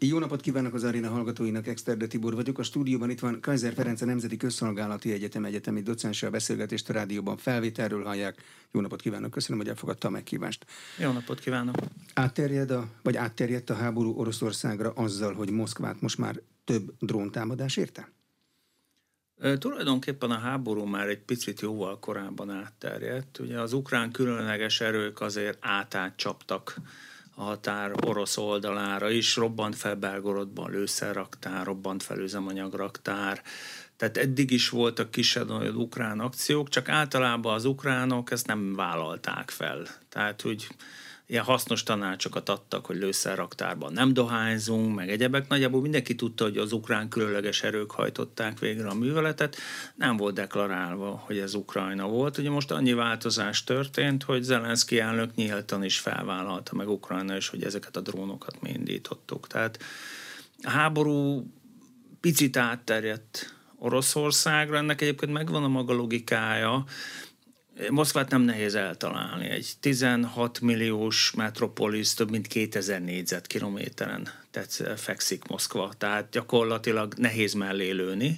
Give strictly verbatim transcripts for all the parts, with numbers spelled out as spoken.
Jó napot kívánok az aréna hallgatóinak, Exterde Tibor vagyok. A stúdióban itt van Kaiser Ferenc, a Nemzeti Közszolgálati Egyetem egyetemi docense, a beszélgetést a rádióban felvételről hallják. Jó napot kívánok, köszönöm, hogy elfogadta a meghívást. Jó napot kívánok! Átterjed a, vagy átterjedt a háború Oroszországra azzal, hogy Moszkvát most már több dróntámadás érte? E, tulajdonképpen a háború már egy picit jóval korábban átterjedt. Ugye az ukrán különleges erők azért átát csaptak a határ orosz oldalára is, robbant fel Belgorodban lőszerraktár, robbant fel üzemanyagraktár, tehát eddig is voltak kisebb ukrán akciók, csak általában az ukránok ezt nem vállalták fel. Tehát, hogy ilyen hasznos tanácsokat adtak, hogy lőszerraktárban nem dohányzunk, meg egyebek. Nagyjából mindenki tudta, hogy az ukrán különleges erők hajtották végre a műveletet. Nem volt deklarálva, hogy ez Ukrajna volt. Ugye most annyi változás történt, hogy Zelenszky elnök nyíltan is felvállalta meg Ukrajna, és hogy ezeket a drónokat mi indítottuk. Tehát a háború picit átterjedt Oroszországra, ennek egyébként megvan a maga logikája. Moszkvát nem nehéz eltalálni. Egy tizenhat milliós metropolis, több mint kétezer négyzetkilométeren fekszik Moszkva, tehát gyakorlatilag nehéz mellé lőni.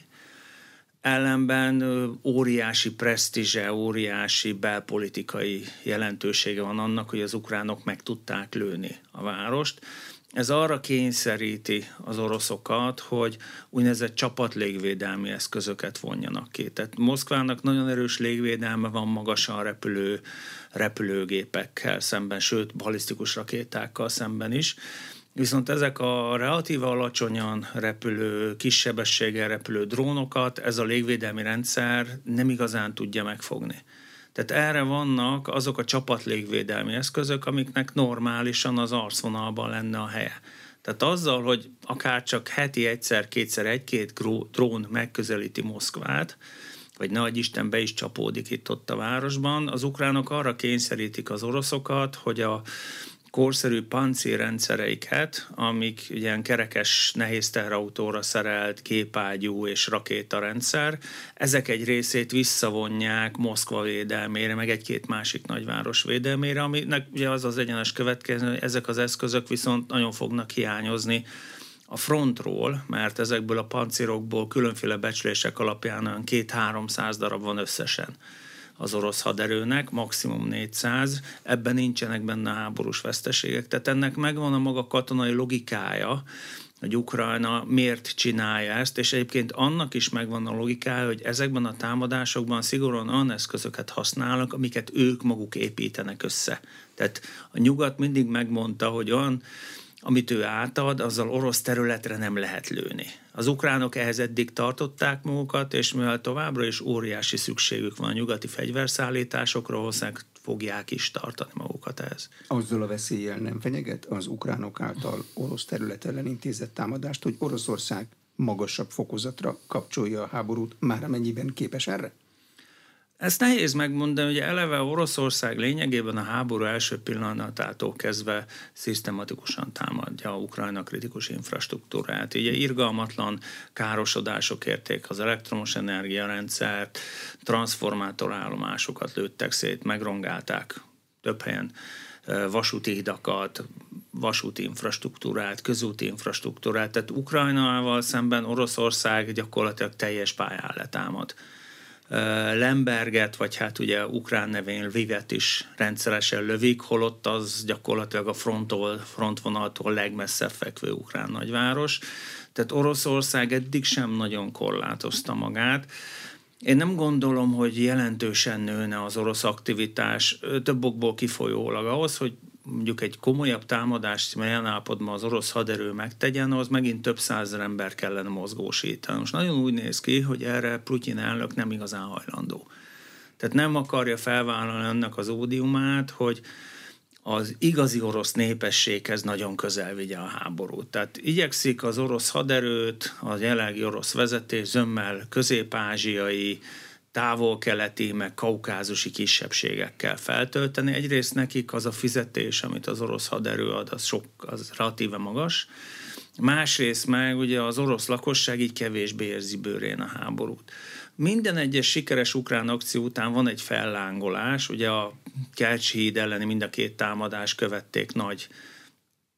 Ellenben óriási presztízse, óriási belpolitikai jelentősége van annak, hogy az ukránok meg tudták lőni a várost. Ez arra kényszeríti az oroszokat, hogy úgynevezett csapatlégvédelmi eszközöket vonjanak ki. Tehát Moszkvának nagyon erős légvédelme van magasan repülő repülőgépekkel szemben, sőt balisztikus rakétákkal szemben is. Viszont ezek a relatíve alacsonyan repülő, kis sebességgel repülő drónokat ez a légvédelmi rendszer nem igazán tudja megfogni. Tehát erre vannak azok a csapatlégvédelmi eszközök, amiknek normálisan az arcvonalban lenne a helye. Tehát azzal, hogy akár csak heti egyszer, kétszer egy-két drón megközelíti Moszkvát, vagy nehogy Isten be is csapódik itt-ott a városban, az ukránok arra kényszerítik az oroszokat, hogy a korszerű pancérrendszereiket, amik ilyen kerekes nehéz teherautóra szerelt képágyú és rakétarendszer, ezek egy részét visszavonják Moszkva védelmére, meg egy-két másik nagyváros védelmére, aminek ugye az az egyenes következő, hogy ezek az eszközök viszont nagyon fognak hiányozni a frontról, mert ezekből a pancérokból különféle becslések alapján olyan két-háromszáz darab van összesen az orosz haderőnek, maximum négyszáz, ebben nincsenek benne háborús veszteségek. Tehát ennek megvan a maga katonai logikája, hogy Ukrajna miért csinálja ezt, és egyébként annak is megvan a logikája, hogy ezekben a támadásokban szigorúan olyan eszközöket használnak, amiket ők maguk építenek össze. Tehát a nyugat mindig megmondta, hogy olyan, amit ő átad, azzal orosz területre nem lehet lőni. Az ukránok ehhez eddig tartották magukat, és mivel továbbra is óriási szükségük van a nyugati fegyverszállításokra, valószínűleg fogják is tartani magukat ehhez. Azzal a veszéllyel nem fenyeget az ukránok által orosz terület ellen intézett támadást, hogy Oroszország magasabb fokozatra kapcsolja a háborút, már amennyiben képes erre? Ezt nehéz megmondani, hogy eleve Oroszország lényegében a háború első pillanatától kezdve szisztematikusan támadja a Ukrajna kritikus infrastruktúrát. Ugye irgalmatlan károsodások érték az elektromos energiarendszert, transformátorállomásokat lőttek szét, megrongálták több helyen vasúti hidakat, vasúti infrastruktúrát, közúti infrastruktúrát. Tehát Ukrajnával szemben Oroszország gyakorlatilag teljes pályán letámad. Lemberget, vagy hát ugye ukrán nevén Lvivet is rendszeresen lövik, holott az gyakorlatilag a fronttól, frontvonaltól legmesszebb fekvő ukrán nagyváros. Tehát Oroszország eddig sem nagyon korlátozta magát. Én nem gondolom, hogy jelentősen nőne az orosz aktivitás, több okból kifolyólag ahhoz, hogy mondjuk egy komolyabb támadást jelen állapotban az orosz haderő megtegyen, az megint több százezer ember kellene mozgósítani. Most nagyon úgy néz ki, hogy erre Putyin elnök nem igazán hajlandó. Tehát nem akarja felvállalni ennek az ódiumát, hogy az igazi orosz népességhez nagyon közel vigye a háborút. Tehát igyekszik az orosz haderőt, a jelenlegi orosz vezetés zömmel közép-ázsiai, távol-keleti, meg kaukázusi kisebbségekkel feltölteni. Egyrészt nekik az a fizetés, amit az orosz haderő ad, az, sok, az relatíve magas. Másrészt meg ugye az orosz lakosság így kevésbé érzi bőrén a háborút. Minden egyes sikeres ukrán akció után van egy fellángolás, ugye a Kercsi híd elleni mind a két támadás követték nagy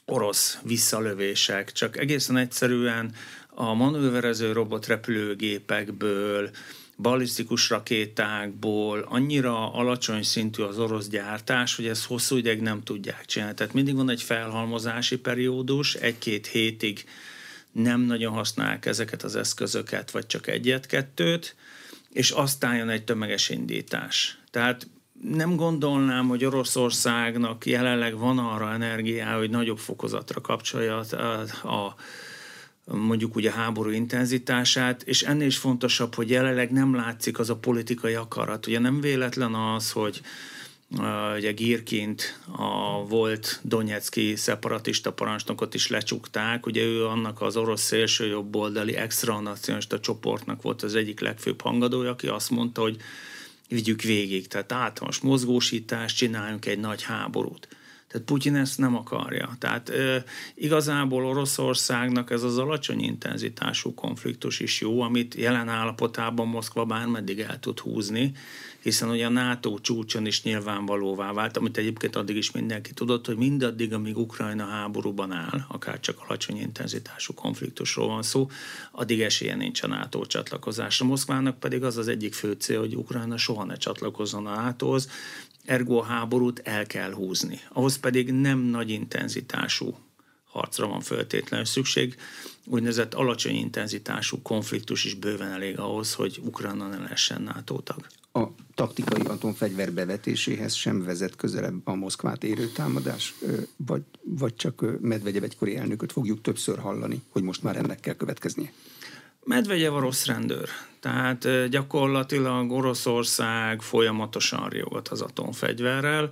orosz visszalövések, csak egészen egyszerűen a manőverező robotrepülőgépekből, ballisztikus rakétákból annyira alacsony szintű az orosz gyártás, hogy ezt hosszú ideig nem tudják csinálni. Tehát mindig van egy felhalmozási periódus, egy-két hétig nem nagyon használják ezeket az eszközöket, vagy csak egyet-kettőt, és aztán jön egy tömeges indítás. Tehát nem gondolnám, hogy Oroszországnak jelenleg van arra energiája, hogy nagyobb fokozatra kapcsolja a, a mondjuk ugye háború intenzitását, és ennél is fontosabb, hogy jelenleg nem látszik az a politikai akarat. Ugye nem véletlen az, hogy uh, ugye Girkint, a volt donetszki szeparatista parancsnokot is lecsukták, ugye ő annak az orosz szélsőjobboldali extranacionalista csoportnak volt az egyik legfőbb hangadója, aki azt mondta, hogy vigyük végig, tehát általános mozgósítást, csináljunk egy nagy háborút. Tehát Putyin ezt nem akarja. Tehát e, igazából Oroszországnak ez az alacsony intenzitású konfliktus is jó, amit jelen állapotában Moszkva bármeddig el tud húzni, hiszen ugye a NATO csúcson is nyilvánvalóvá vált, amit egyébként addig is mindenki tudott, hogy mindaddig, amíg Ukrajna háborúban áll, akár csak alacsony intenzitású konfliktusról van szó, addig esélye nincs a NATO csatlakozásra. Moszkvának pedig az az egyik fő cél, hogy Ukrajna soha ne csatlakozzon a nátóhoz, ergo a háborút el kell húzni. Ahhoz pedig nem nagy intenzitású harcra van feltétlenül szükség, úgynevezett alacsony intenzitású konfliktus is bőven elég ahhoz, hogy Ukrajna ne lehessen NATO tag. A taktikai atomfegyver bevetéséhez sem vezet közelebb a Moszkvát érő támadás, vagy, vagy csak Medvegyev egykori elnököt fogjuk többször hallani, hogy most már ennek kell következnie? Medvegyev a rossz rendőr. Tehát gyakorlatilag Oroszország folyamatosan riogat az atomfegyverrel,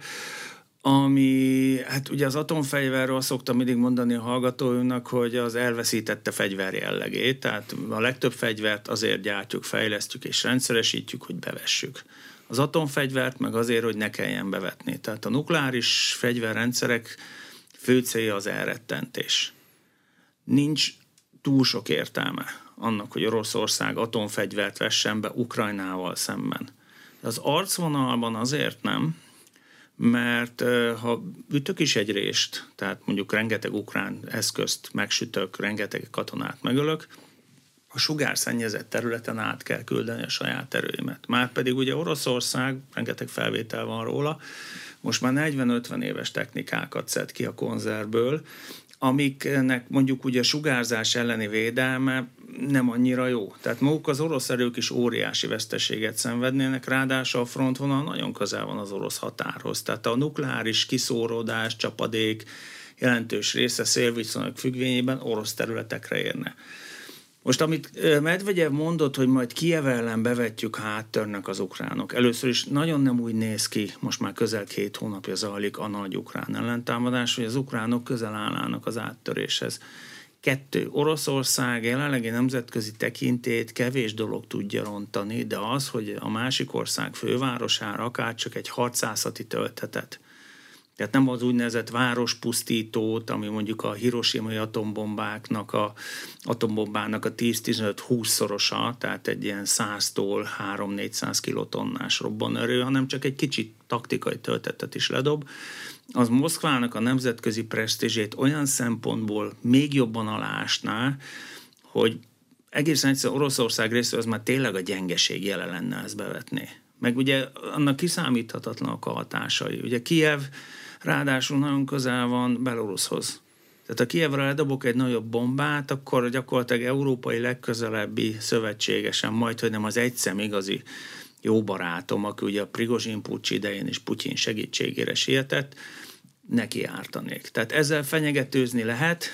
ami, hát ugye az atomfegyverről szoktam mindig mondani a hallgatóinknak, hogy az elveszítette fegyver jellegét, tehát a legtöbb fegyvert azért gyártjuk, fejlesztjük és rendszeresítjük, hogy bevessük. Az atomfegyvert meg azért, hogy ne kelljen bevetni. Tehát a nukleáris fegyverrendszerek fő célja az elrettentés. Nincs túl sok értelme annak, hogy Oroszország atomfegyvert vessen be Ukrajnával szemben. De az arcvonalban azért nem, mert ha ütök is egy rést, tehát mondjuk rengeteg ukrán eszközt megsütök, rengeteg katonát megölök, a sugárszennyezett területen át kell küldeni a saját erőimet. Márpedig ugye Oroszország, rengeteg felvétel van róla, most már negyven-ötven éves technikákat szed ki a konzervből, amiknek mondjuk ugye a sugárzás elleni védelme nem annyira jó. Tehát maguk az orosz erők is óriási veszteséget szenvednének, ráadásul a frontvonal nagyon közel van az orosz határhoz. Tehát a nukleáris kiszóródás, csapadék jelentős része szélviszonyok függvényében orosz területekre érne. Most, amit Medvegyev mondott, hogy majd Kijev ellen bevetjük, ha áttörnek az ukránok. Először is nagyon nem úgy néz ki, most már közel két hónapja zajlik a nagy ukrán ellentámadás, hogy az ukránok közel állnának az áttöréshez. Kettő, Oroszország jelenlegi nemzetközi tekintét kevés dolog tudja rontani, de az, hogy a másik ország fővárosára akár csak egy harcászati töltetet, tehát nem az úgynevezett várospusztítót, ami mondjuk a hiroshimai atombombáknak, a atombombának a tíz-tizenöt-húsz-szorosa, tehát egy ilyen száztól három-négyszáz kilotonnás robbanerő, hanem csak egy kicsit taktikai töltetet is ledob. Az Moszkvának a nemzetközi presztízsét olyan szempontból még jobban aláásná, hogy egészen egyszerűen Oroszország részéről az már tényleg a gyengeség jele lenne ezt bevetni. Meg ugye annak kiszámíthatatlanak a hatásai. Ugye Kijev ráadásul nagyon közel van Beloruszhoz. Tehát ha Kijevre ledobok egy nagyobb bombát, akkor gyakorlatilag európai legközelebbi szövetségesen, majd, hogy nem az egyszem igazi jó barátom, aki ugye a Prigozsin puccs idején is Putyin segítségére sietett, neki ártanék. Tehát ezzel fenyegetőzni lehet.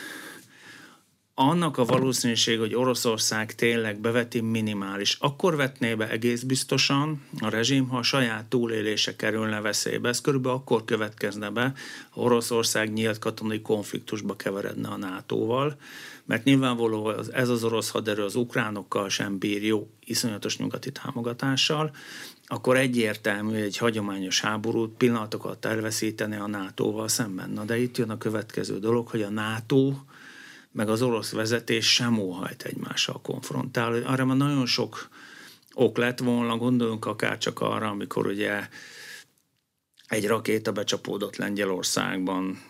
Annak a valószínűség, hogy Oroszország tényleg beveti, minimális. Akkor vetné be egész biztosan a rezsim, ha a saját túlélése kerülne veszélybe. Ez körülbelül akkor következne be, ha Oroszország nyílt katonai konfliktusba keveredne a nátóval, mert nyilvánvaló ez az orosz haderő az ukránokkal sem bír jó iszonyatos nyugati támogatással, akkor egyértelmű, hogy egy hagyományos háborút pillanatokat elveszíteni a nátóval szemben. Na de itt jön a következő dolog, hogy a NATO meg az orosz vezetés sem óhajt egymással konfrontálni. Arra már nagyon sok ok lett volna, gondoljunk akár csak arra, amikor ugye egy rakéta becsapódott Lengyelországban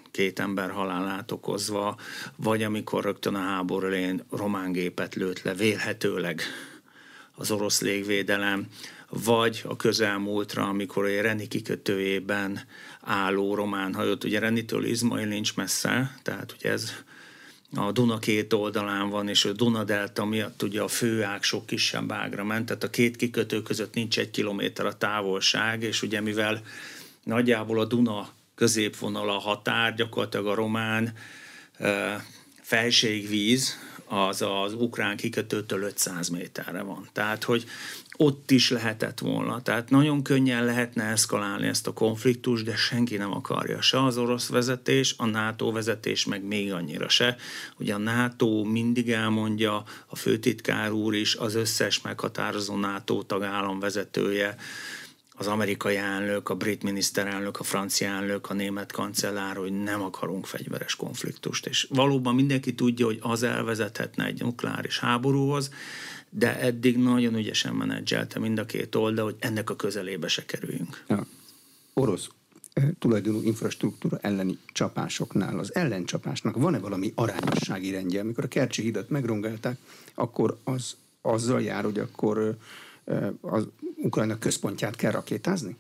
két ember halálát okozva, vagy amikor rögtön a háború elején román gépet lőtt le, vélhetőleg az orosz légvédelem, vagy a közelmúltra, amikor a Reni kikötőjében álló román hajót, ugye Renitől Izmail nincs messze, tehát ugye ez a Duna két oldalán van, és a Duna-delta miatt ugye a főág sok kisebb ágra ment, tehát a két kikötő között nincs egy kilométer a távolság, és ugye mivel nagyjából a Duna középvonal a határ, gyakorlatilag a román e, felségvíz, az az ukrán kikötőtől ötszáz méterre van. Tehát, hogy ott is lehetett volna. Tehát nagyon könnyen lehetne eszkalálni ezt a konfliktust, de senki nem akarja. Se az orosz vezetés, a NATO vezetés, meg még annyira se. Ugye a NATO mindig elmondja, a főtitkár úr is, az összes meghatározó NATO tagállam vezetője, az amerikai elnök, a brit miniszterelnök, a francia elnök, a német kancellár, hogy nem akarunk fegyveres konfliktust. És valóban mindenki tudja, hogy az elvezethetne egy nukleáris háborúhoz, de eddig nagyon ügyesen menedzselte mind a két oldal, hogy ennek a közelébe se kerüljünk. Ja. Orosz eh, tulajdonú infrastruktúra elleni csapásoknál az ellencsapásnak van-e valami arányossági rendje? Amikor a Kercsi hidat megrongálták, akkor az azzal jár, hogy akkor eh, az Ukrajna központját kell rakétázni?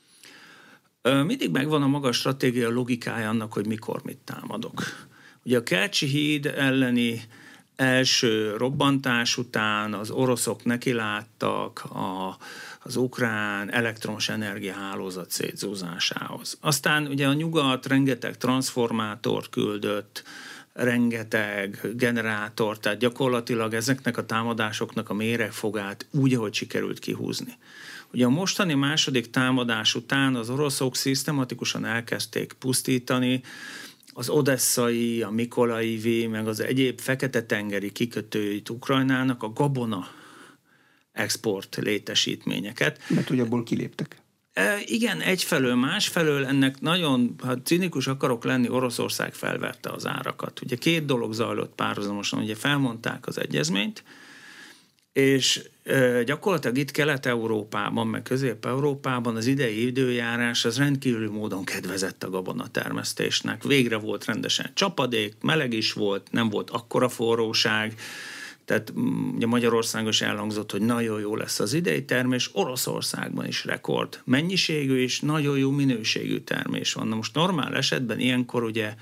Mindig megvan a maga stratégia logikája annak, hogy mikor mit támadok. Ugye a Kercsi híd elleni első robbantás után az oroszok nekiláttak a, az ukrán elektromos energiahálózat szétzúzásához. Aztán ugye a nyugat rengeteg transformátort küldött, rengeteg generátor, tehát gyakorlatilag ezeknek a támadásoknak a méregfogát úgy, ahogy sikerült kihúzni. Ugye a mostani második támadás után az oroszok szisztematikusan elkezdték pusztítani az odesszai, a mikolaivi, meg az egyéb fekete-tengeri kikötőit Ukrajnának a gabona export létesítményeket. Mert hogy abból kiléptek. E, igen, egyfelől, másfelől ennek nagyon, ha cinikus akarok lenni, Oroszország felverte az árakat. Ugye két dolog zajlott párhuzamosan, ugye felmondták az egyezményt, és e, gyakorlatilag itt Kelet-Európában, meg Közép-Európában az idei időjárás az rendkívüli módon kedvezett a gabonatermesztésnek. Végre volt rendesen csapadék, meleg is volt, nem volt akkora forróság, tehát ugye Magyarországon is elhangzott, hogy nagyon jó lesz az idei termés, Oroszországban is rekord mennyiségű és nagyon jó minőségű termés van. Na most normál esetben ilyenkor ugye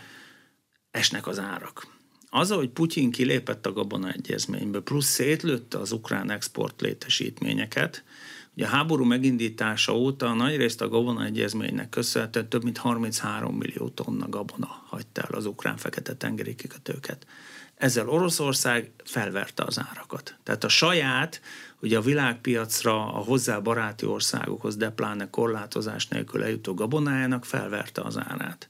esnek az árak. Az, hogy Putyin kilépett a gabona egyezményből, plusz szétlőtte az ukrán export létesítményeket, ugye a háború megindítása óta nagyrészt a gabona egyezménynek köszönhetően több mint harminchárom millió tonna gabona hagyta el az ukrán fekete-tengeri kikötőket. Ezzel Oroszország felverte az árakat. Tehát a saját, ugye a világpiacra, a hozzá baráti országokhoz, de pláne korlátozás nélkül eljutó gabonájának felverte az árát.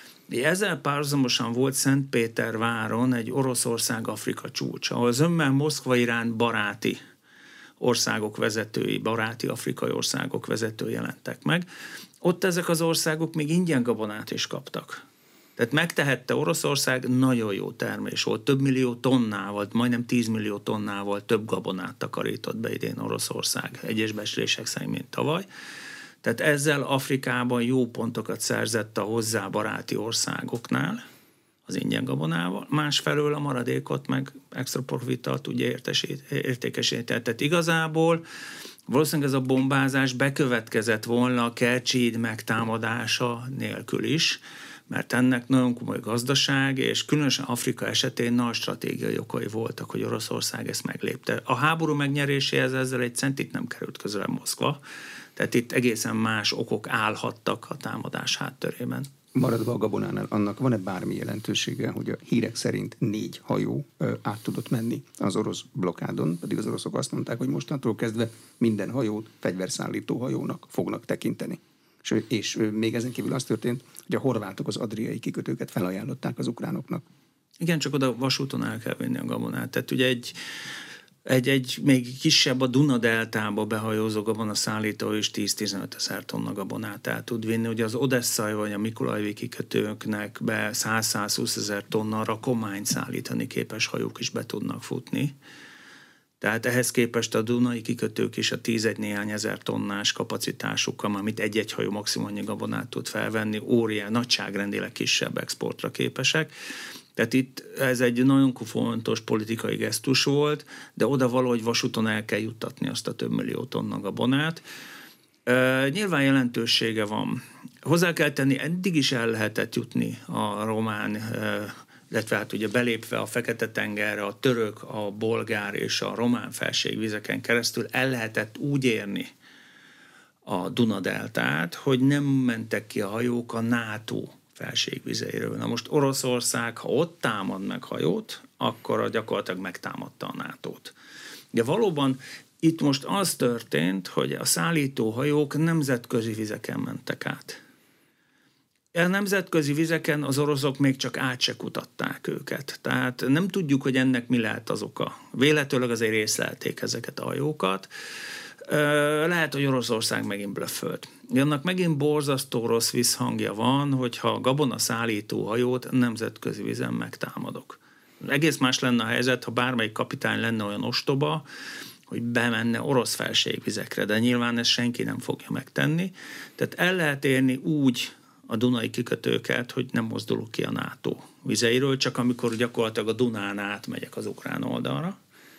Ezzel párhuzamosan volt Szentpéterváron egy Oroszország-Afrika csúcs, ahol zömmel Moszkva-Irán baráti országok vezetői, baráti afrikai országok vezetői jelentek meg. Ott ezek az országok még ingyen gabonát is kaptak. Tehát megtehette Oroszország, nagyon jó termés volt, több millió tonnával, majdnem tíz millió tonnával több gabonát takarított be idén Oroszország, egyes becslések szerint, mint tavaly. Tehát ezzel Afrikában jó pontokat szerzett a hozzá baráti országoknál, az ingyen gabonával, másfelől a maradékot meg extra profittal tudja értékesíteni. Tehát igazából valószínűleg ez a bombázás bekövetkezett volna a Kercsi híd megtámadása nélkül is, mert ennek nagyon komoly gazdaság, és különösen Afrika esetén nagy stratégiai okai voltak, hogy Oroszország ezt meglépte. A háború megnyeréséhez ezzel egy centit nem került közelebb Moszkva, tehát itt egészen más okok állhattak a támadás háttörében. Maradva a gabonánál, annak van-e bármi jelentősége, hogy a hírek szerint négy hajó ö, át tudott menni az orosz blokádon, pedig az oroszok azt mondták, hogy mostantól kezdve minden hajót fegyverszállító hajónak fognak tekinteni. És, és még ezen kívül az történt, hogy a horvátok az adriai kikötőket felajánlották az ukránoknak. Igen, csak oda vasúton el kell vinni a gabonát. Tehát ugye egy, egy, egy még kisebb a Duna-deltába behajózó gabonaszállító is tíz-tizenöt ezer tonna gabonát el tud vinni. Ugye az odesszai vagy a mikolajvi kikötőknek be száz-százhúsz ezer tonna rakományt szállítani képes hajók is be tudnak futni. Tehát ehhez képest a dunai kikötők is a tíz néhány ezer tonnás kapacitásukkal, amit egy-egy hajó maximum annyi gabonát tud felvenni, óriás, nagyságrendileg kisebb exportra képesek. Tehát itt ez egy nagyon fontos politikai gesztus volt, de oda valahogy vasúton el kell juttatni azt a több millió tonna gabonát. E, nyilván jelentősége van. Hozzá kell tenni, eddig is el lehetett jutni a román, e, illetve hát ugye belépve a Fekete-tengerre, a török, a bolgár és a román felségvizeken keresztül el lehetett úgy érni a Duna-deltát, hogy nem mentek ki a hajók a NATO felségvizeiről. Na most Oroszország, ha ott támad meg hajót, akkor gyakorlatilag megtámadta a nátót. De valóban itt most az történt, hogy a szállítóhajók nemzetközi vizeken mentek át. A nemzetközi vizeken az oroszok még csak át se kutatták őket. Tehát nem tudjuk, hogy ennek mi lehet az oka. Véletőleg azért észlelték ezeket a hajókat. Lehet, hogy Oroszország megint blöffölt. Annak megint borzasztó rossz visszhangja van, hogyha a gabona szállító hajót nemzetközi vizen megtámadok. Egész más lenne a helyzet, ha bármelyik kapitány lenne olyan ostoba, hogy bemenne orosz felségvizekre, de nyilván ezt senki nem fogja megtenni. Tehát el lehet érni úgy a dunai kikötőket, hogy nem mozdulok ki a NATO vizeiről, csak amikor gyakorlatilag a Dunán átmegyek az ukrán oldalra.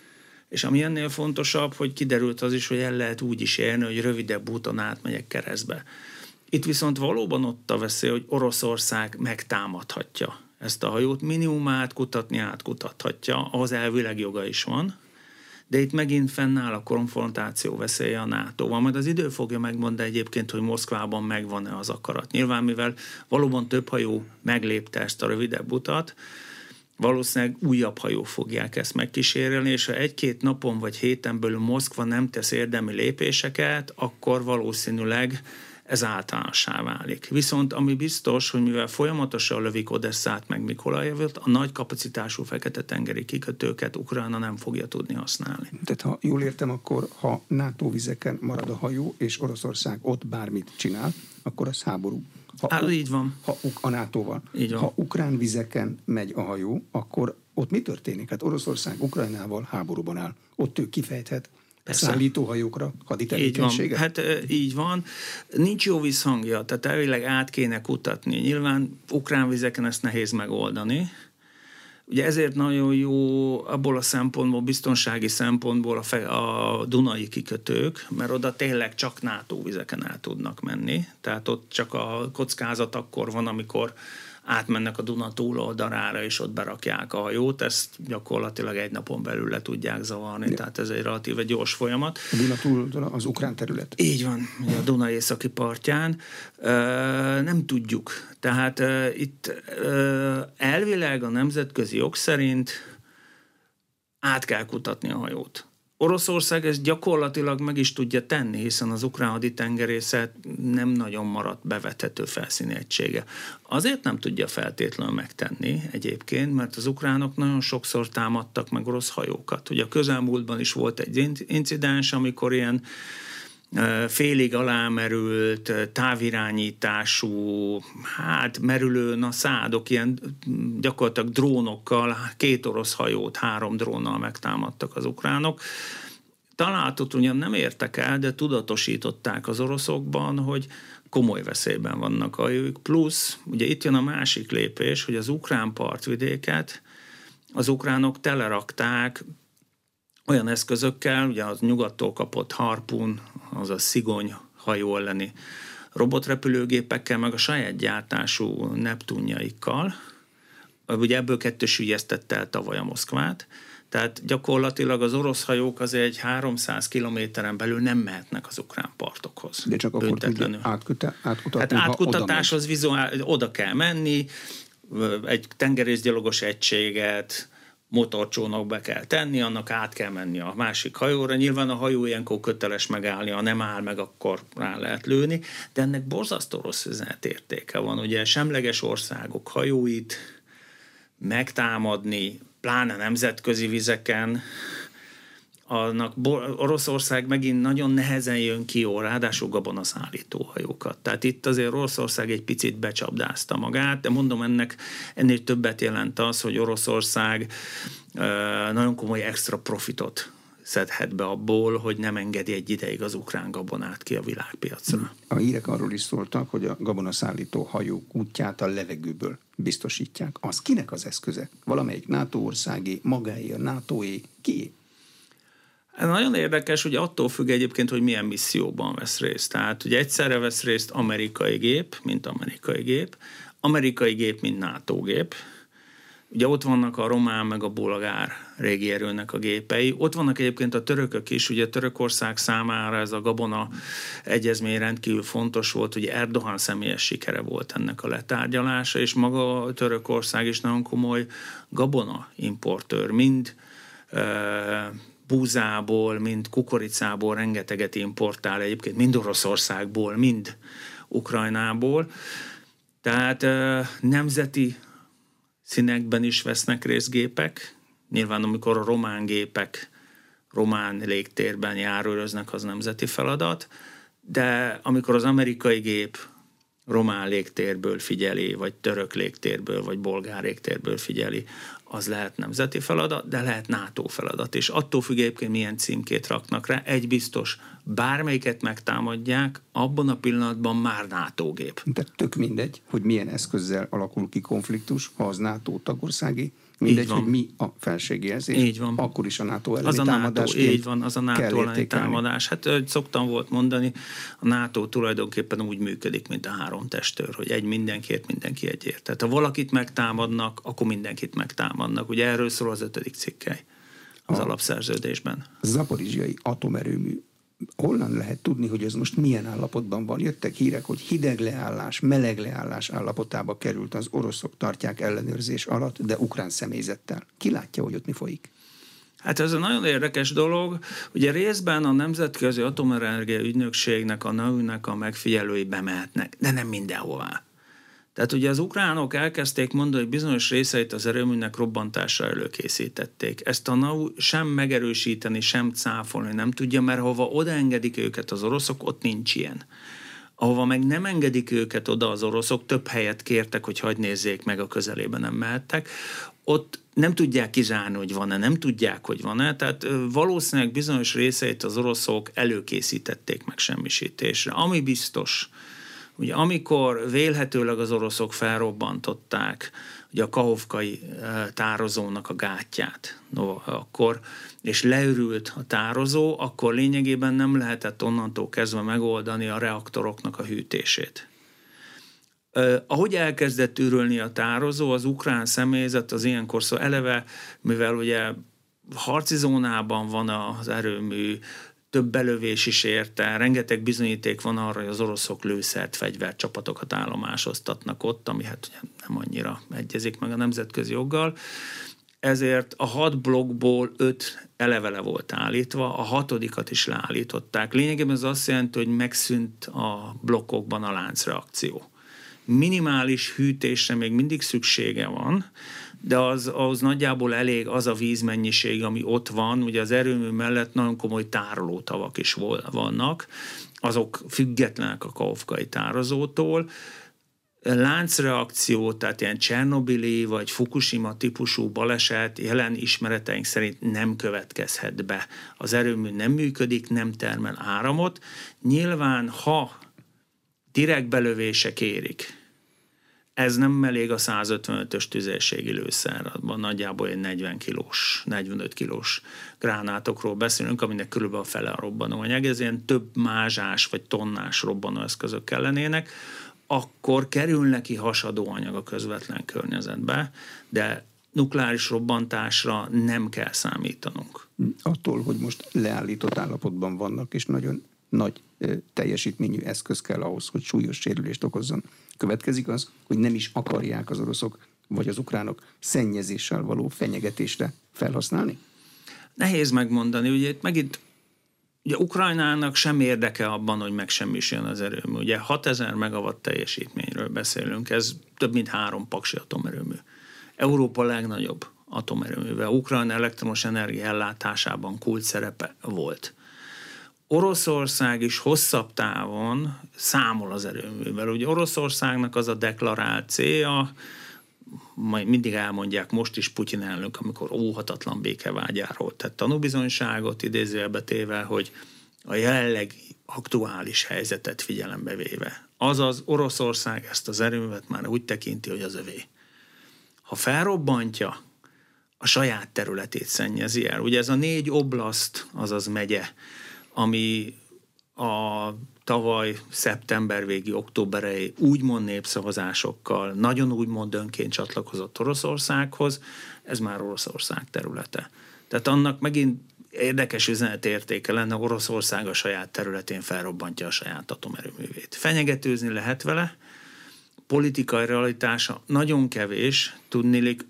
És ami ennél fontosabb, hogy kiderült az is, hogy el lehet úgy is érni, hogy rövidebb úton átmegyek keresztbe. Itt viszont valóban ott a veszély, hogy Oroszország megtámadhatja ezt a hajót, minimum átkutatni átkutathatja, ahhoz elvileg joga is van, de itt megint fennáll a konfrontáció veszélye a nátóval. Majd az idő fogja megmondani egyébként, hogy Moszkvában megvan-e az akarat. Nyilván, mivel valóban több hajó meglépte ezt a rövidebb utat, valószínűleg újabb hajók fogják ezt megkísérelni, és ha egy-két napon vagy héten belül Moszkva nem tesz érdemi lépéseket, akkor valószínűleg ez általánossá válik. Viszont ami biztos, hogy mivel folyamatosan lövik Odesszát meg Mikolajevot, a nagy kapacitású Fekete-tengeri kikötőket Ukrajna nem fogja tudni használni. Tehát ha jól értem, akkor ha NATO vizeken marad a hajó, és Oroszország ott bármit csinál, akkor az háború. Ha, hát, így van. Ha a nátóval. Ha ukrán vizeken megy a hajó, akkor ott mi történik? Hát Oroszország Ukrajnával háborúban áll. Ott ő kifejthet szállítóhajókra haditevékenységet? Hát így van. Nincs jó visszhangja, tehát elvileg át kéne kutatni. Nyilván ukrán vizeken ezt nehéz megoldani. Ugye ezért nagyon jó abból a szempontból, biztonsági szempontból a, fe, a dunai kikötők, mert oda tényleg csak NATO vizeken el tudnak menni. Tehát ott csak a kockázat akkor van, amikor átmennek a Duna túloldalára, és ott berakják a hajót, ezt gyakorlatilag egy napon belül le tudják zavarni, ja. Tehát ez egy relatíve gyors folyamat. A Duna túloldala az ukrán terület. Így van, a Duna északi partján. Nem tudjuk. Tehát itt elvileg a nemzetközi jog szerint át kell kutatni a hajót. Oroszország ezt gyakorlatilag meg is tudja tenni, hiszen az ukrán haditengerészet nem nagyon maradt bevethető felszíni egysége. Azért nem tudja feltétlenül megtenni egyébként, mert az ukránok nagyon sokszor támadtak meg orosz hajókat. Ugye a közelmúltban is volt egy incidens, amikor ilyen félig alámerült, távirányítású, hát merülőn a szádok ilyen gyakorlatilag drónokkal, két orosz hajót, három drónnal megtámadtak az ukránok. Találatot ugyan nem értek el, de tudatosították az oroszokban, hogy komoly veszélyben vannak a hajók. Plusz, ugye itt jön a másik lépés, hogy az ukrán partvidéket az ukránok telerakták olyan eszközökkel, ugye az nyugattól kapott Harpun, az a Szigony hajó elleni robotrepülőgépekkel, meg a saját gyártású Neptunjaikkal. Ugye ebből kettő sülyeztette el tavaly a Moszkvát. Tehát gyakorlatilag az orosz hajók azért egy háromszáz kilométeren belül nem mehetnek az ukrán partokhoz. De csak akkor tudja átkutatni, hát átkutatáshoz oda, vizuál, oda kell menni, egy tengerészgyalogos egységet, motorcsónak be kell tenni, annak át kell menni a másik hajóra. Nyilván a hajó ilyenkor köteles megállni, ha nem áll meg, akkor rá lehet lőni, de ennek borzasztó rossz üzenetértéke van. Ugye semleges országok hajóit megtámadni, pláne nemzetközi vizeken, annak Oroszország megint nagyon nehezen jön ki, ó, ráadásul gabonaszállító hajókat. Tehát itt azért Oroszország egy picit becsapdázta magát, de mondom, ennek ennél többet jelent az, hogy Oroszország nagyon komoly extra profitot szedhet be abból, hogy nem engedi egy ideig az ukrán gabonát ki a világpiacra. A hírek arról is szóltak, hogy a gabonaszállító hajók útját a levegőből biztosítják. Az kinek az eszköze? Valamelyik NATO országé, magáé, a nátóé, kié? Ez nagyon érdekes, hogy attól függ egyébként, hogy milyen misszióban vesz részt. Tehát, hogy egyszerre vesz részt amerikai gép, mint amerikai gép, amerikai gép, mint NATO gép. Ugye ott vannak a román meg a bolgár régi erőnek a gépei. Ott vannak egyébként a törökök is, ugye Törökország számára ez a gabona egyezmény rendkívül fontos volt, ugye Erdogan személyes sikere volt ennek a letárgyalása, és maga a Törökország is nagyon komoly gabona importőr, mind e, búzából, mind kukoricából rengeteget importál egyébként, mind Oroszországból, mind Ukrajnából. Tehát e, nemzeti színekben is vesznek részt gépek. Nyilván amikor a román gépek román légtérben járőröznek, az nemzeti feladat, de amikor az amerikai gép román légtérből figyeli, vagy török légtérből, vagy bolgár légtérből figyeli, az lehet nemzeti feladat, de lehet NATO feladat. És attól függ egyébként, milyen címkét raknak rá, egy biztos, bármelyiket megtámadják, abban a pillanatban már NATO gép. Tehát tök mindegy, hogy milyen eszközzel alakul ki konfliktus, ha az NATO tagországi, mindegy, hogy mi a felségjelzés. Így van. Akkor is a NATO elleni az a támadás. NATO, így van, az a NATO elleni támadás. Hát szoktam volt mondani, a NATO tulajdonképpen úgy működik, mint a három testőr, hogy egy mindenkiért, mindenki egyért. Tehát ha valakit megtámadnak, akkor mindenkit megtámadnak. Ugye erről szól az ötödik cikkely az a alapszerződésben. Zaporizsjai atomerőmű. Honnan lehet tudni, hogy ez most milyen állapotban van? Jöttek hírek, hogy hideg leállás, meleg leállás állapotába került, az oroszok tartják ellenőrzés alatt, de ukrán személyzettel. Ki látja, hogy ott mi folyik? Hát ez egy nagyon érdekes dolog. Ugye részben a Nemzetközi Atomenergia Ügynökségnek, a NAU-nek a megfigyelői bemehetnek, de nem mindenhová. Tehát ugye az ukránok elkezdték mondani, hogy bizonyos részeit az erőműnek robbantásra előkészítették. Ezt a NAU sem megerősíteni, sem cáfolni nem tudja, mert hova odaengedik őket az oroszok, ott nincs ilyen. Ahova meg nem engedik őket oda az oroszok, több helyet kértek, hogy hagyd nézzék meg, a közelében nem mehettek. Ott nem tudják kizárni, hogy van-e, nem tudják, hogy van-e, tehát valószínűleg bizonyos részeit az oroszok előkészítették megsemmisítésre. Ami biztos, ugye amikor vélhetőleg az oroszok felrobbantották ugye a kahovkai tározónak a gátját, no, akkor, és leürült a tározó, akkor lényegében nem lehetett onnantól kezdve megoldani a reaktoroknak a hűtését. Uh, ahogy elkezdett ürülni a tározó, az ukrán személyzet az ilyenkor szó eleve, mivel ugye harci zónában van az erőmű, több belövés is érte, rengeteg bizonyíték van arra, hogy az oroszok lőszert, fegyvercsapatokat állomásoztatnak ott, ami hát ugye nem annyira egyezik meg a nemzetközi joggal. Ezért a hat blokkból öt eleve le volt állítva, a hatodikat is leállították. Lényegében ez azt jelenti, hogy megszűnt a blokkokban a láncreakció. Minimális hűtésre még mindig szüksége van, de az, az nagyjából elég az a vízmennyiség, ami ott van. Ugye az erőmű mellett nagyon komoly tárolótavak is vannak, azok függetlenek a kahovkai tározótól. Láncreakció, tehát ilyen Csernobili vagy Fukushima típusú baleset jelen ismereteink szerint nem következhet be. Az erőmű nem működik, nem termel áramot. Nyilván, ha direkt belövések érik, ez nem elég a százötvenötös tüzérségi lőszer, abban nagyjából egy negyven kilós, negyvenöt kilós gránátokról beszélünk, aminek körülbelül a fele a robbanóanyag, ez ilyen több mázsás vagy tonnás robbanóeszközök kellenének, akkor kerül neki hasadóanyag a közvetlen környezetbe, de nukleáris robbantásra nem kell számítanunk. Attól, hogy most leállított állapotban vannak, és nagyon nagy teljesítményű eszköz kell ahhoz, hogy súlyos sérülést okozzon. Következik az, hogy nem is akarják az oroszok vagy az ukránok szennyezéssel való fenyegetésre felhasználni? Nehéz megmondani. Ugye itt megint ugye Ukrajnának sem érdeke abban, hogy megsemmisüljön az erőmű. Ugye hatezer megawatt teljesítményről beszélünk, ez több mint három paksi atomerőmű. Európa legnagyobb atomerőművel. Ukrajna elektromos energia ellátásában kulcs szerepe volt. Oroszország is hosszabb távon számol az erőművel. Ugye Oroszországnak az a deklarált célja, majd mindig elmondják most is Putyin elnök, amikor óhatatlan békevágyáról tett tanúbizonyságot, idézőjelbe téve, hogy a jelenleg aktuális helyzetet figyelembe véve. Azaz Oroszország ezt az erőművet már úgy tekinti, hogy az övé. Ha felrobbantja, a saját területét szennyezi el. Ugye ez a négy oblaszt, azaz megye, ami a tavaly szeptember végi, október elejé úgymond népszavazásokkal, nagyon úgymond önként csatlakozott Oroszországhoz, ez már Oroszország területe. Tehát annak megint érdekes üzenetértéke lenne, Oroszország a saját területén felrobbantja a saját atomerőművét. Fenyegetőzni lehet vele, politikai realitása nagyon kevés, tudniillik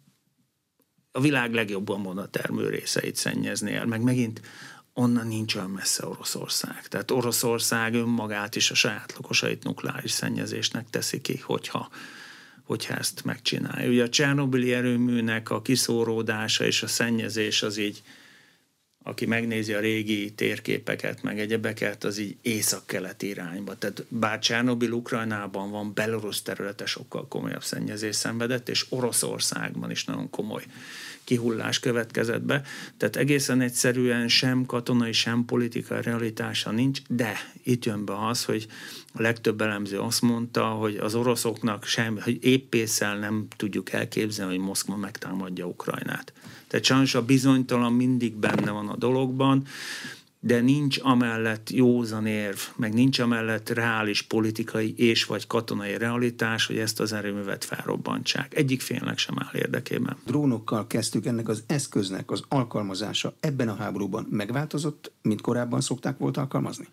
a világ legjobban mondva termő részeit szennyezni el, meg megint onnan nincs olyan messze Oroszország. Tehát Oroszország önmagát is a saját lakosait nukleáris szennyezésnek teszi ki, hogyha, hogyha ezt megcsinálja. Ugye a Csernobili erőműnek a kiszóródása és a szennyezés az így, aki megnézi a régi térképeket, meg egyebeket, az így észak-keleti irányba. Tehát bár Csernobil Ukrajnában van, Belarus területe sokkal komolyabb szennyezés szenvedett, és Oroszországban is nagyon komoly kihullás következett be. Tehát egészen egyszerűen sem katonai, sem politikai realitása nincs, de itt jön be az, hogy a legtöbb elemző azt mondta, hogy az oroszoknak sem, hogy éppészel nem tudjuk elképzelni, hogy Moszkva megtámadja Ukrajnát. Tehát sajnos a bizonytalan mindig benne van a dologban, de nincs amellett józan érv, meg nincs amellett reális politikai és vagy katonai realitás, hogy ezt az erőművet felrobbantsák. Egyik félnek sem áll érdekében. Drónokkal kezdtük, ennek az eszköznek az alkalmazása ebben a háborúban megváltozott, mint korábban szokták volt alkalmazni?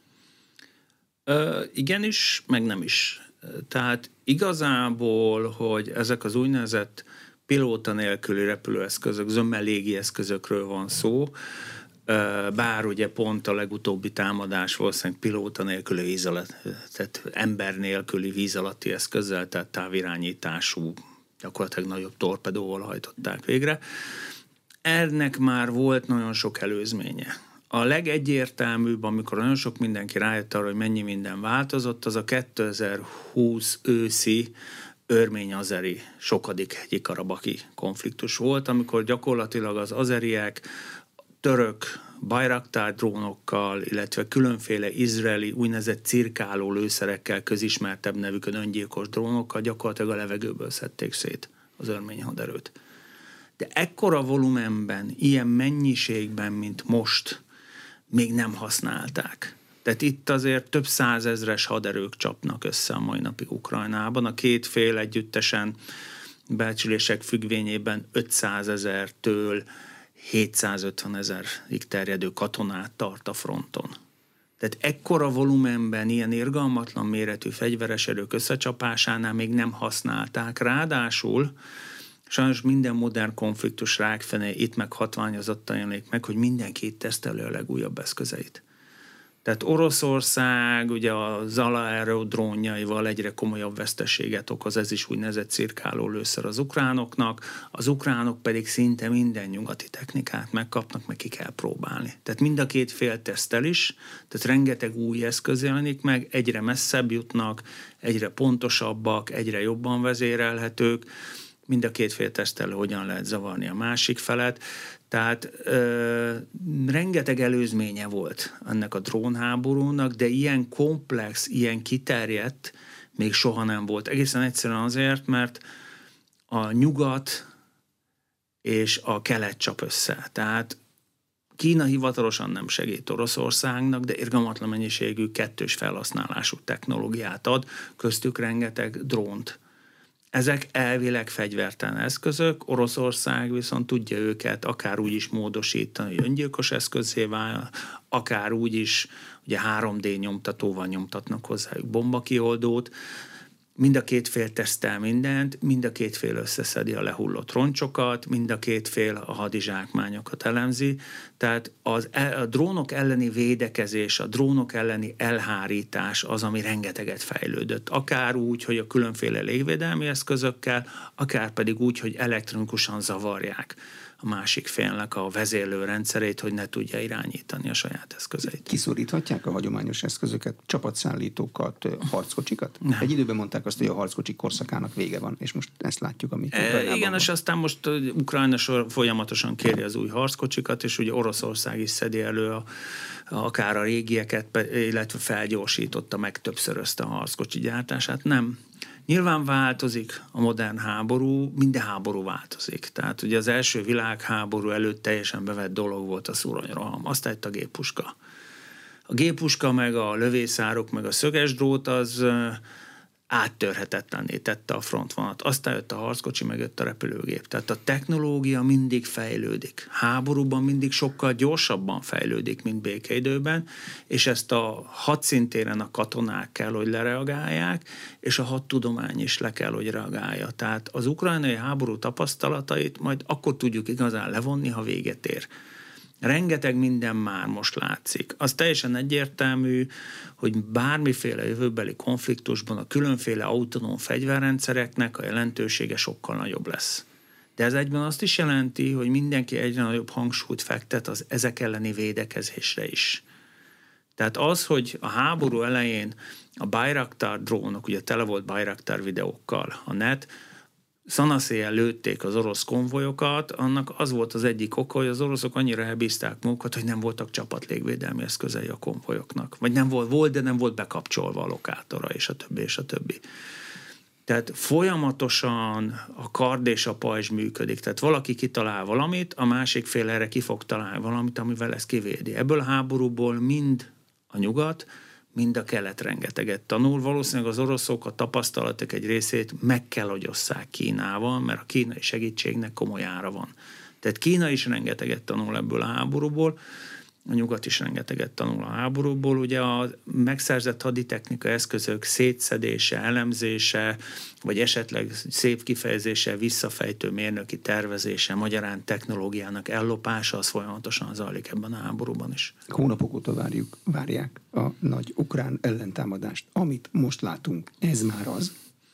Ö, igenis, meg nem is. Tehát igazából, hogy ezek az úgynevezett pilóta nélküli repülőeszközök, zömmel légi eszközökről van szó, bár ugye pont a legutóbbi támadás valószínűleg pilóta nélküli víz alatt, tehát ember nélküli víz alatti eszközzel, tehát távirányítású, gyakorlatilag nagyobb torpedóval hajtották végre. Ennek már volt nagyon sok előzménye. A legegyértelműbb, amikor nagyon sok mindenki rájött arra, hogy mennyi minden változott, az a kétezer-húsz őszi örmény-azeri sokadik hegyi karabaki konfliktus volt, amikor gyakorlatilag az azeriek török Bayraktar drónokkal, illetve különféle izraeli úgynevezett cirkáló lőszerekkel, közismertebb nevükön öngyilkos drónokkal gyakorlatilag a levegőből szedték szét az örmény haderőt. De ekkora volumenben, ilyen mennyiségben, mint most, még nem használták. Tehát itt azért több százezres haderők csapnak össze a mai napig Ukrajnában. A két fél együttesen becsülések függvényében ötszázezertől hétszázötvenezerig terjedő katonát tart a fronton. Tehát ekkora volumenben, ilyen irgalmatlan méretű fegyveres erők összecsapásánál még nem használták. Ráadásul sajnos minden modern konfliktus rákfené itt meg hatványozottan jelenik meg, hogy mindenki itt teszteli a legújabb eszközeit. Tehát Oroszország ugye a Zala Aero drónjaival egyre komolyabb veszteséget okoz, ez is úgynevezett cirkáló lőszer az ukránoknak, az ukránok pedig szinte minden nyugati technikát megkapnak, meg ki kell próbálni. Tehát mind a két fél tesztel is, tehát rengeteg új eszköz jelenik meg, egyre messzebb jutnak, egyre pontosabbak, egyre jobban vezérelhetők, mind a két fél tesztel, hogyan lehet zavarni a másik felet. Tehát ö, rengeteg előzménye volt ennek a drónháborúnak, de ilyen komplex, ilyen kiterjedt még soha nem volt. Egészen egyszerűen azért, mert a nyugat és a kelet csap össze. Tehát Kína hivatalosan nem segít Oroszországnak, de irgalmatlan mennyiségű kettős felhasználású technológiát ad, köztük rengeteg drónt. Ezek elvileg fegyvertelen eszközök, Oroszország viszont tudja őket akár úgy is módosítani, hogy öngyilkos eszközzé váljon, akár úgy is, ugye három dé nyomtatóval nyomtatnak hozzájuk bombakioldót. Mind a két fél tesztel mindent, mind a két fél összeszedi a lehullott roncsokat, mind a két fél a hadizsákmányokat elemzi. Tehát az, a drónok elleni védekezés, a drónok elleni elhárítás az, ami rengeteget fejlődött. Akár úgy, hogy a különféle légvédelmi eszközökkel, akár pedig úgy, hogy elektronikusan zavarják a másik félnek a vezérlő rendszerét, hogy ne tudja irányítani a saját eszközeit. Kiszoríthatják a hagyományos eszközöket, csapatszállítókat, harckocsikat? Nem. Egy időben mondták azt, hogy a harckocsik korszakának vége van, és most ezt látjuk, ami e, Igen, van. És aztán most Ukrajna folyamatosan kéri az új harckocsikat, és ugye Oroszország is szedi elő a, akár a régieket, illetve felgyorsította, meg többszörözte a harckocsi gyártását. Nem. Nyilván változik a modern háború, minden háború változik. Tehát ugye az első világháború előtt teljesen bevett dolog volt a szuronyroham, aztán jött a géppuska. A géppuska, meg a lövészárok, meg a szöges drót az áttörhetetlenné tette a frontvonalat. Aztán jött a harckocsi, meg jött a repülőgép. Tehát a technológia mindig fejlődik. Háborúban mindig sokkal gyorsabban fejlődik, mint békeidőben, és ezt a hadszintéren a katonák kell, hogy lereagálják, és a hadtudomány is le kell, hogy reagálja. Tehát az ukrajnai háború tapasztalatait majd akkor tudjuk igazán levonni, ha véget ér. Rengeteg minden már most látszik. Az teljesen egyértelmű, hogy bármiféle jövőbeli konfliktusban a különféle autonóm fegyverrendszereknek a jelentősége sokkal nagyobb lesz. De ez egyben azt is jelenti, hogy mindenki egyre nagyobb hangsúlyt fektet az ezek elleni védekezésre is. Tehát az, hogy a háború elején a Bayraktar drónok, ugye tele volt Bayraktar videókkal a net, szanaszéjjel lőtték az orosz konvojokat, annak az volt az egyik oka, hogy az oroszok annyira elbízták magukat, hogy nem voltak csapatlégvédelmi eszközei a konvojoknak. Vagy nem volt, volt, de nem volt bekapcsolva a lokátora, és a többi, és a többi. Tehát folyamatosan a kard és a pajzs működik. Tehát valaki kitalál valamit, a másik fél erre ki fog találni valamit, amivel ezt kivédi. Ebből a háborúból mind a nyugat, mind a kelet rengeteget tanul. Valószínűleg az oroszok a tapasztalatok egy részét meg kell, hogy osszák Kínával, mert a kínai segítségnek komoly ára van. Tehát Kína is rengeteget tanul ebből a háborúból, a nyugat is rengeteget tanul a háborúból. Ugye a megszerzett haditechnika eszközök szétszedése, elemzése, vagy esetleg szép kifejezése, visszafejtő mérnöki tervezése, magyarán technológiának ellopása, az folyamatosan zajlik ebben a háborúban is. Hónapok óta várjuk, várják a nagy ukrán ellentámadást. Amit most látunk, ez már az?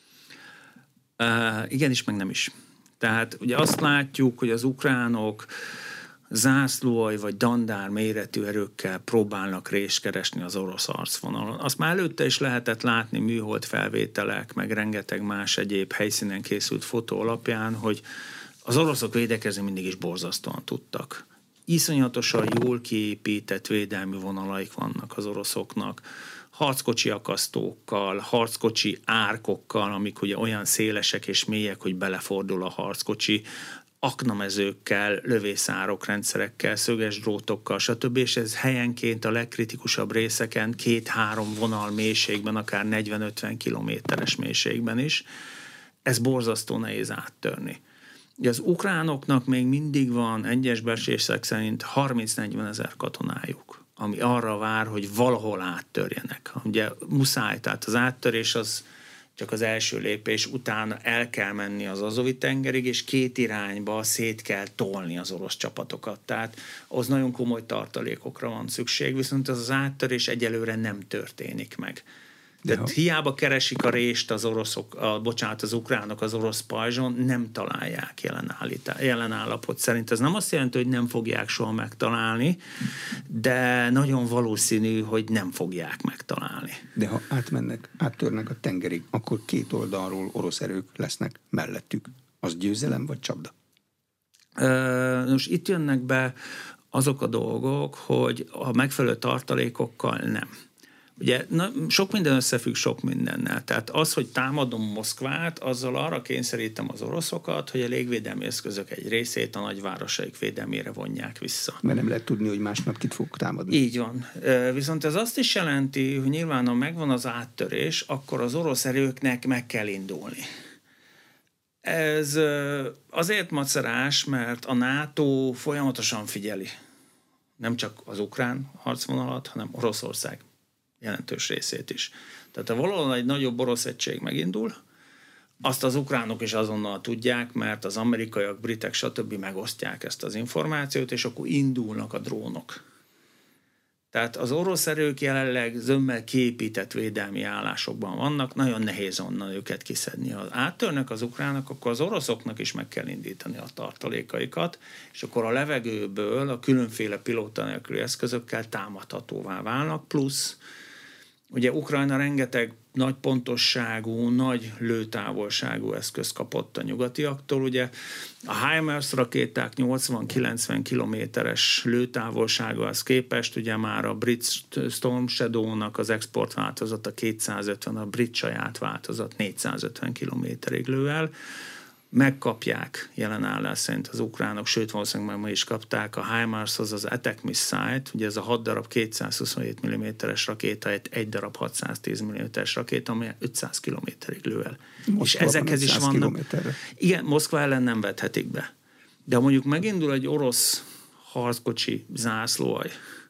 Uh, igenis, meg nem is. Tehát ugye azt látjuk, hogy az ukránok zászlóaj vagy dandár méretű erőkkel próbálnak részt keresni az orosz arcvonalon. Azt már előtte is lehetett látni műhold felvételek, meg rengeteg más egyéb helyszínen készült fotó alapján, hogy az oroszok védekezni mindig is borzasztóan tudtak. Iszonyatosan jól kiépített védelmi vonalaik vannak az oroszoknak, harckocsi akasztókkal, harckocsi árkokkal, amik ugye olyan szélesek és mélyek, hogy belefordul a harckocsi, aknamezőkkel, lövészárok rendszerekkel, szöges drótokkal, stb. És ez helyenként a legkritikusabb részeken két-három vonal mélységben, akár negyven-ötven kilométeres mélységben is. Ez borzasztó nehéz áttörni. Ugye az ukránoknak még mindig van egyes becslések szerint harminc-negyven ezer katonájuk, ami arra vár, hogy valahol áttörjenek. Ugye muszáj, tehát az áttörés az csak az első lépés, utána el kell menni az Azovi-tengerig, és két irányba szét kell tolni az orosz csapatokat. Tehát az nagyon komoly tartalékokra van szükség, viszont az az áttörés egyelőre nem történik meg. De Tehát ha... hiába keresik a rést az oroszok, a, bocsánat, az ukránok az orosz pajzson, nem találják jelen, állítá, jelen állapot szerint. Ez nem azt jelenti, hogy nem fogják soha megtalálni, de nagyon valószínű, hogy nem fogják megtalálni. De ha átmennek, áttörnek a tengerig, akkor két oldalról orosz erők lesznek mellettük. Az győzelem vagy csapda? Uh, most itt jönnek be azok a dolgok, hogy a megfelelő tartalékokkal nem. Ugye na, sok minden összefügg sok mindennel. Tehát az, hogy támadom Moszkvát, azzal arra kényszerítem az oroszokat, hogy a légvédelmi eszközök egy részét a nagyvárosaik védelmére vonják vissza. Mert nem lehet tudni, hogy másnap kit fog támadni. Így van. Viszont ez azt is jelenti, hogy nyilván, ha megvan az áttörés, akkor az orosz erőknek meg kell indulni. Ez azért macerás, mert a NATO folyamatosan figyeli nem csak az ukrán harcvonalat, hanem Oroszország jelentős részét is. Tehát ha valahol egy nagyobb orosz egység megindul, azt az ukránok is azonnal tudják, mert az amerikaiak, britek, stb. Megosztják ezt az információt, és akkor indulnak a drónok. Tehát az orosz erők jelenleg zömmel kiépített védelmi állásokban vannak, nagyon nehéz onnan őket kiszedni. Ha áttörnek az ukránok, akkor az oroszoknak is meg kell indítani a tartalékaikat, és akkor a levegőből a különféle pilóta nélküli eszközökkel támadhatóvá válnak, plusz ugye Ukrajna rengeteg nagy pontosságú, nagy lőtávolságú eszközt kapott a nyugatiaktól. Ugye a HIMARS rakéták nyolcvan-kilencven kilométeres lőtávolsághoz képest, ugye már a brit Storm Shadow-nak az export változata kétszázötven, a brit saját változat négyszázötven kilométerig lő el. Megkapják jelen állás szerint az ukránok, sőt valószínűleg ma is kapták a HIMARS-hoz az Attack Missile, ugye ez a hat darab kétszázhuszonhét milliméteres rakéta, egy, egy darab hatszáztíz milliméteres rakéta, ami ötszáz kilométerig lő el. Moszkva és ezekhez is vannak. Kilométerre. Igen, Moszkva ellen nem vethetik be. De mondjuk megindul egy orosz harckocsi zászlóaj,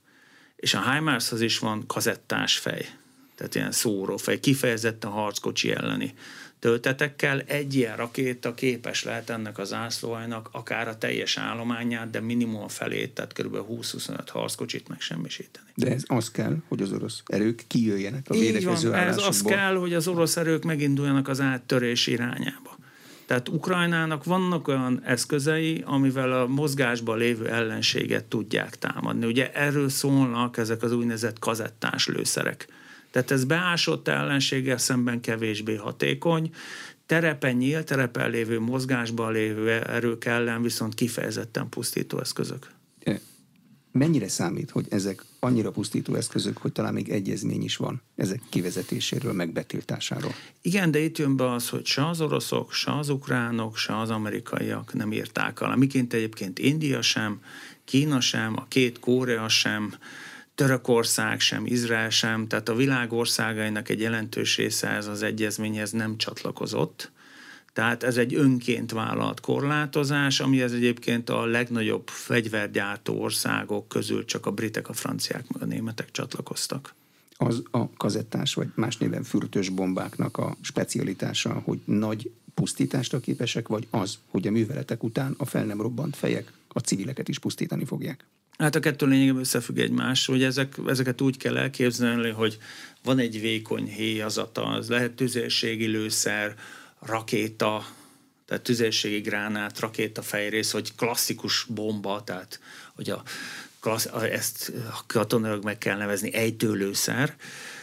és a HIMARS-hoz is van kazettás fej, tehát ilyen szórófej, kifejezetten harckocsi elleni töltetekkel, egy ilyen rakéta képes lehet ennek az zászlóajnak akár a teljes állományát, de minimum a felét, tehát kb. húsz-huszonöt harckocsit megsemmisíteni. De ez az kell, hogy az orosz erők kijöjjenek a védekező állásokból. Ez az kell, hogy az orosz erők meginduljanak az áttörés irányába. Tehát Ukrajnának vannak olyan eszközei, amivel a mozgásban lévő ellenséget tudják támadni. Ugye erről szólnak ezek az úgynevezett kazettás lőszerek. Tehát ez beásott ellenséggel szemben kevésbé hatékony, terepen, nyílt terepen lévő, mozgásban lévő erők ellen viszont kifejezetten pusztító eszközök. Mennyire számít, hogy ezek annyira pusztító eszközök, hogy talán még egyezmény is van ezek kivezetéséről, meg betiltásáról? Igen, de itt jön be az, hogy se az oroszok, se az ukránok, se az amerikaiak nem írták alá. Miként egyébként India sem, Kína sem, a két Korea sem, Törökország sem, Izrael sem, tehát a világ országainak egy jelentős része ez az egyezményhez nem csatlakozott. Tehát ez egy önként vállalt korlátozás, amihez egyébként a legnagyobb fegyvergyártó országok közül csak a britek, a franciák, meg a németek csatlakoztak. Az a kazettás, vagy más néven fürtös bombáknak a specialitása, hogy nagy pusztításra képesek, vagy az, hogy a műveletek után a fel nem robbant fejek a civileket is pusztítani fogják? Hát a kettő lényegében összefügg egymás, hogy ezek, ezeket úgy kell elképzelni, hogy van egy vékony héjazata, az lehet tüzérségi lőszer, rakéta, tehát tüzérségi gránát, rakéta fejrész, vagy klasszikus bomba, tehát hogy a klassz, ezt katonailag meg kell nevezni ejtőlőszer,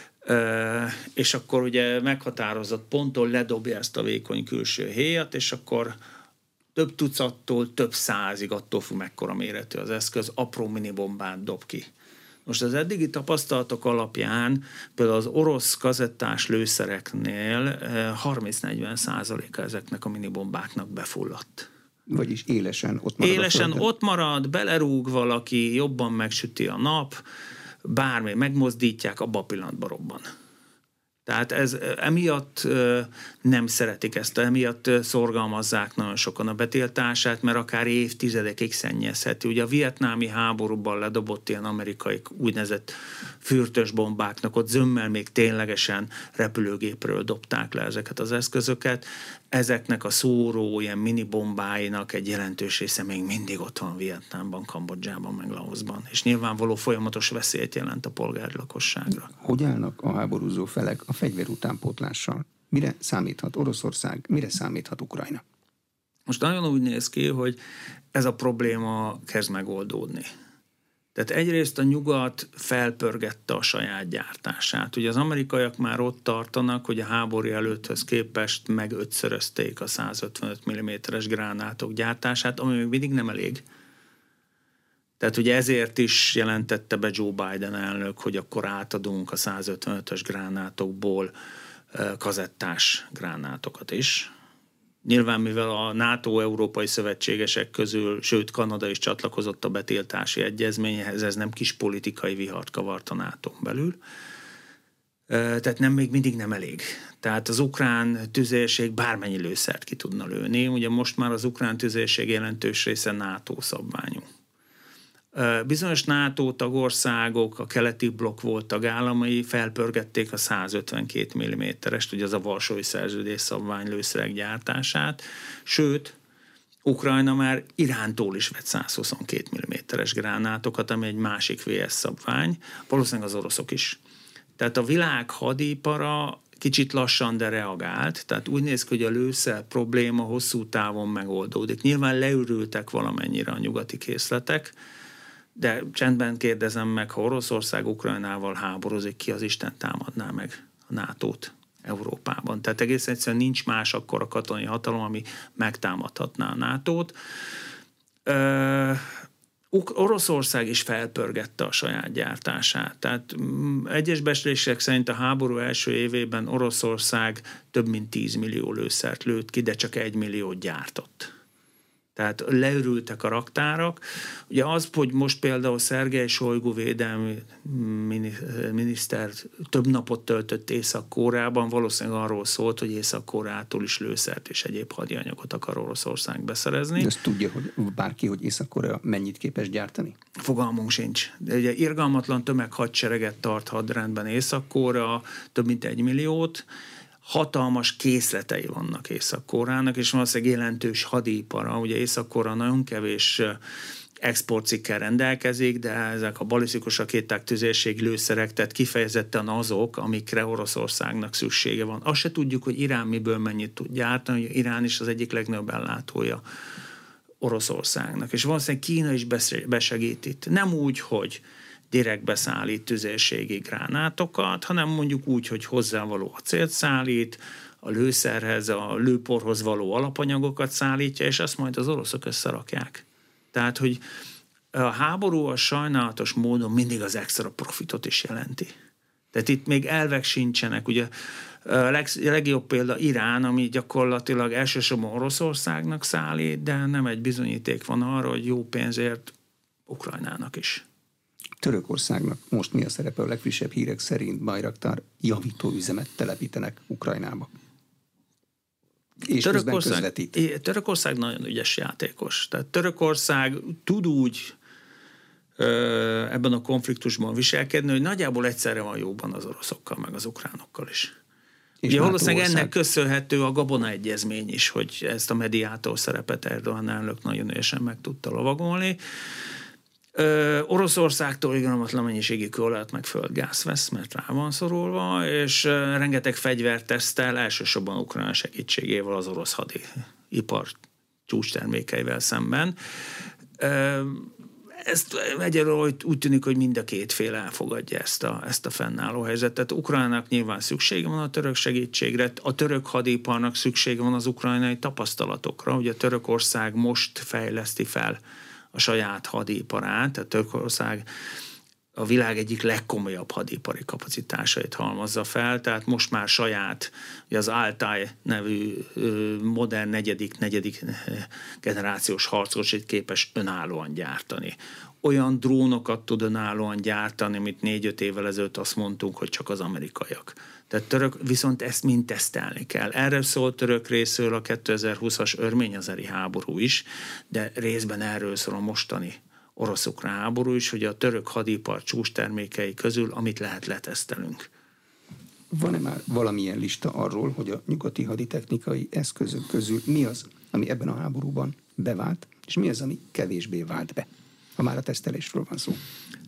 és akkor ugye meghatározott ponton ledobja ezt a vékony külső héjat, és akkor több tucattól több százig, attól függ mekkora méretű az eszköz, apró minibombát dob ki. Most az eddigi tapasztalatok alapján például az orosz kazettás lőszereknél harminc-negyven százaléka ezeknek a minibombáknak befulladt. Vagyis élesen ott marad. Élesen ott marad, belerúg valaki, jobban megsüti a nap, bármi megmozdítják, abban a pillanatban robban. Tehát ez emiatt nem szeretik ezt, emiatt szorgalmazzák nagyon sokan a betiltását, mert akár évtizedekig szennyezheti. Ugye a vietnámi háborúban ledobott ilyen amerikai úgynevezett fürtös bombáknak, ott zömmel még ténylegesen repülőgépről dobták le ezeket az eszközöket. Ezeknek a szóró, ilyen mini bombáinak egy jelentős része még mindig ott van Vietnámban, Kambodzsában, meg Laoszban. És nyilvánvaló folyamatos veszélyt jelent a polgári lakosságra. Hogy állnak a háborúzó felek a fegyver utánpótlással? Mire számíthat Oroszország, mire számíthat Ukrajna? Most nagyon úgy néz ki, hogy ez a probléma kezd megoldódni. Tehát egyrészt a nyugat felpörgette a saját gyártását. Ugye az amerikaiak már ott tartanak, hogy a háború előtthöz képest megötszörözték a százötvenöt milliméteres gránátok gyártását, ami még mindig nem elég. Tehát ugye ezért is jelentette be Joe Biden elnök, hogy akkor átadunk a százötvenötös gránátokból kazettás gránátokat is. Nyilván, mivel a NATO európai szövetségesek közül, sőt Kanada is csatlakozott a betiltási egyezményhez, ez nem kis politikai vihart kavart a nátón belül. Tehát nem, még mindig nem elég. Tehát az ukrán tüzérség bármennyi lőszert ki tudna lőni. Ugye most már az ukrán tüzérség jelentős része NATO szabványú. Bizonyos NATO tagországok, a keleti blokk volt tagállamai felpörgették a százötvenkét milliméterest, ugye az a Varsói Szerződés szabvány lőszerek gyártását, sőt, Ukrajna már Irántól is vett száz huszonkét milliméteres gránátokat, ami egy másik vé es szabvány, valószínűleg az oroszok is. Tehát a világ hadipara kicsit lassan, de reagált, tehát úgy néz ki, hogy a lőszer probléma hosszú távon megoldódik. Nyilván leürültek valamennyire a nyugati készletek, de csendben kérdezem meg, ha Oroszország Ukrajnával háborúzik, ki az Isten támadná meg a nátót Európában. Tehát egész egyszerűen nincs más akkora katonai hatalom, ami megtámadhatná a nátót. Ö, Oroszország is felpörgette a saját gyártását. Tehát egyes becslések szerint a háború első évében Oroszország több mint tíz millió lőszert lőtt ki, de csak egy milliót gyártott. Tehát leürültek a raktárak. Ugye az, hogy most például Szergej Sojgu védelmi miniszter több napot töltött Észak-Koreában, valószínűleg arról szólt, hogy Észak-Koreától is lőszert és egyéb hadianyagot akar Oroszország beszerezni. De ezt tudja, hogy bárki, hogy Észak-Korea mennyit képes gyártani? Fogalmunk sincs. De ugye irgalmatlan tömeghadsereget tart hadrendben Észak-Korea, több mint egy milliót, hatalmas készletei vannak Észak-Koreának, és valószínűleg jelentős hadipara. Ugye Észak-Korea nagyon kevés exportcikkel rendelkezik, de ezek a balisztikus rakéták, tüzérség, lőszerek, tehát kifejezetten azok, amikre Oroszországnak szüksége van. Azt se tudjuk, hogy Irán miből mennyit tud gyártani, hogy Irán is az egyik legnagyobb ellátója Oroszországnak. És valószínűleg Kína is besegít itt. Nem úgy, hogy direkt beszállít tüzérségi gránátokat, hanem mondjuk úgy, hogy hozzávaló acélt szállít, a lőszerhez, a lőporhoz való alapanyagokat szállítja, és azt majd az oroszok összerakják. Tehát, hogy a háború a sajnálatos módon mindig az extra profitot is jelenti. Tehát itt még elvek sincsenek. Ugye a leg, legjobb példa Irán, ami gyakorlatilag elsősorban Oroszországnak szállít, de nem egy bizonyíték van arra, hogy jó pénzért Ukrajnának is. Törökországnak most mi a szerepe? A legfrissebb hírek szerint Bayraktar javítóüzemet telepítenek Ukrajnába. És Törökország, közvetít. Törökország nagyon ügyes játékos. Tehát Törökország tud úgy ö, ebben a konfliktusban viselkedni, hogy nagyjából egyszerre van jóban az oroszokkal, meg az ukránokkal is. Ugye valószínűleg ennek köszönhető a Gabona egyezmény is, hogy ezt a mediátor szerepet Erdogan elnök nagyon ügyesen meg tudta lovagolni. Ö, Oroszországtól igazolhatatlan mennyiségű kőolajat meg földgáz vesz, mert rá van szorulva, és ö, rengeteg fegyvert tesztel, elsősorban Ukrajna segítségével az orosz hadipar csúcstermékeivel szemben. Ö, ezt egyelőre úgy tűnik, hogy mind a két fél elfogadja ezt a, ezt a fennálló helyzetet. Ukrajnának nyilván szüksége van a török segítségre, a török hadiparnak szüksége van az ukrajnai tapasztalatokra. Ugye Törökország most fejleszti fel a saját hadiparát, tehát Törökország a világ egyik legkomolyabb hadipari kapacitásait halmazza fel, tehát most már saját, az Altai nevű modern negyedik, negyedik generációs harcosit képes önállóan gyártani. Olyan drónokat tud önállóan gyártani, amit négy-öt évvel ezelőtt azt mondtunk, hogy csak az amerikaiak. Tehát török, viszont ezt mind tesztelni kell. Erre szól török részről a kétezer-húszas örmény-azeri háború is, de részben erről szól a mostani orosz-ukrán háború is, hogy a török hadipar csúcstermékei közül, amit lehet, letesztelünk. Van-e már valamilyen lista arról, hogy a nyugati haditechnikai eszközök közül mi az, ami ebben a háborúban bevált, és mi az, ami kevésbé vált be, ha már a tesztelésről van szó?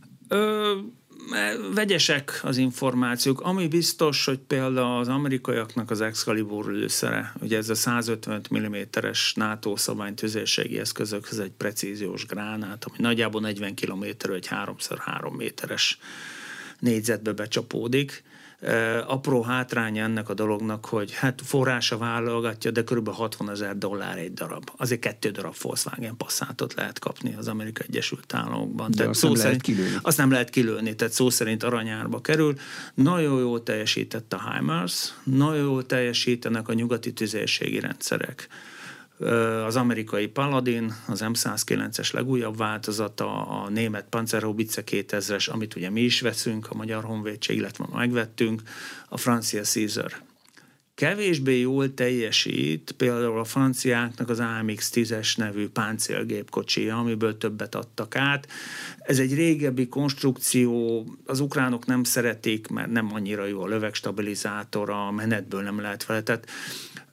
Ö, vegyesek az információk. Ami biztos, hogy például az amerikaiaknak az Excalibur lőszere, ugye ez a százötvenöt milliméteres NATO szabvány tüzérségi eszközökhez egy precíziós gránát, ami nagyjából negyven kilométerről egy három szor három méteres négyzetbe becsapódik. Uh, apró hátránya ennek a dolognak, hogy hát forrása válogatja, de kb. hatvanezer dollár egy darab. Azért kettő darab Volkswagen Passatot lehet kapni az Amerikai Egyesült Államokban. De tehát azt, szó nem szerint, lehet kilőni. azt nem lehet kilőni, tehát szó szerint aranyárba kerül. Nagyon jól teljesített a HIMARS, nagyon jól teljesítenek a nyugati tüzérségi rendszerek. Az amerikai Paladin, az em száz kilences legújabb változata, a német Panzerhaubitze kétezres, amit ugye mi is veszünk, a Magyar Honvédség, illetve megvettünk, a francia Caesar. Kevésbé jól teljesít például a franciáknak az á em iksz tízes nevű páncélgépkocsia, amiből többet adtak át. Ez egy régebbi konstrukció, az ukránok nem szeretik, mert nem annyira jó a lövegstabilizátora, a menetből nem lehet vele. Tehát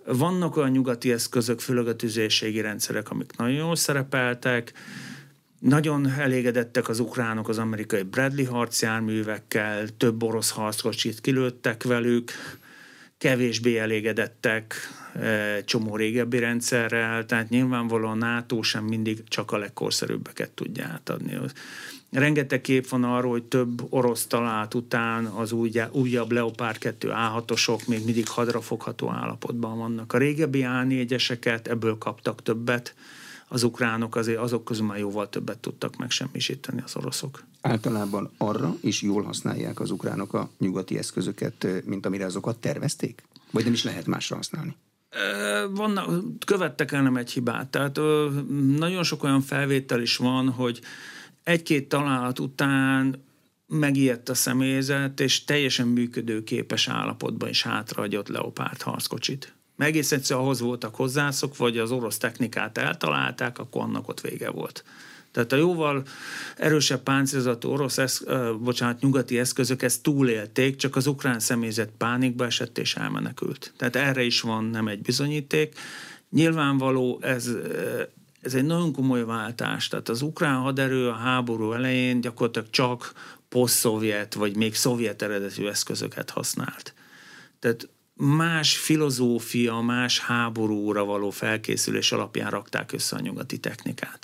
Vannak olyan nyugati eszközök, főleg a tüzérségi rendszerek, amik nagyon jól szerepeltek. Nagyon elégedettek az ukránok az amerikai Bradley harcjárművekkel, több orosz harckocsit kilőttek velük, kevésbé elégedettek csomó régebbi rendszerrel, tehát nyilvánvalóan a NATO sem mindig csak a legkorszerűbbeket tudja átadni. Rengeteg kép van arról, hogy több orosz találat után az újabb Leopard kettő á hatosok még mindig hadrafogható állapotban vannak. A régebbi á négyeseket ebből kaptak többet, az ukránok azért azok közül már jóval többet tudtak megsemmisíteni az oroszok. Általában arra is jól használják az ukránok a nyugati eszközöket, mint amire azokat tervezték? Vagy nem is lehet másra használni? Vannak, követtek el nem egy hibát. Tehát nagyon sok olyan felvétel is van, hogy egy-két találat után megijedt a személyzet, és teljesen működőképes állapotban is hátrahagyott Leopard harckocsit. Meg egész egyszerűen ahhoz voltak hozzászokva, vagy az orosz technikát eltalálták, akkor annak ott vége volt. Tehát a jóval erősebb páncélzatú orosz, esz, uh, bocsánat, nyugati eszközök ezt túlélték, csak az ukrán személyzet pánikba esett és elmenekült. Tehát erre is van nem egy bizonyíték. Nyilvánvaló ez, ez egy nagyon komoly váltás. Tehát az ukrán haderő a háború elején gyakorlatilag csak poszt-szovjet, vagy még szovjet eredetű eszközöket használt. Tehát más filozófia, más háborúra való felkészülés alapján rakták össze a nyugati technikát.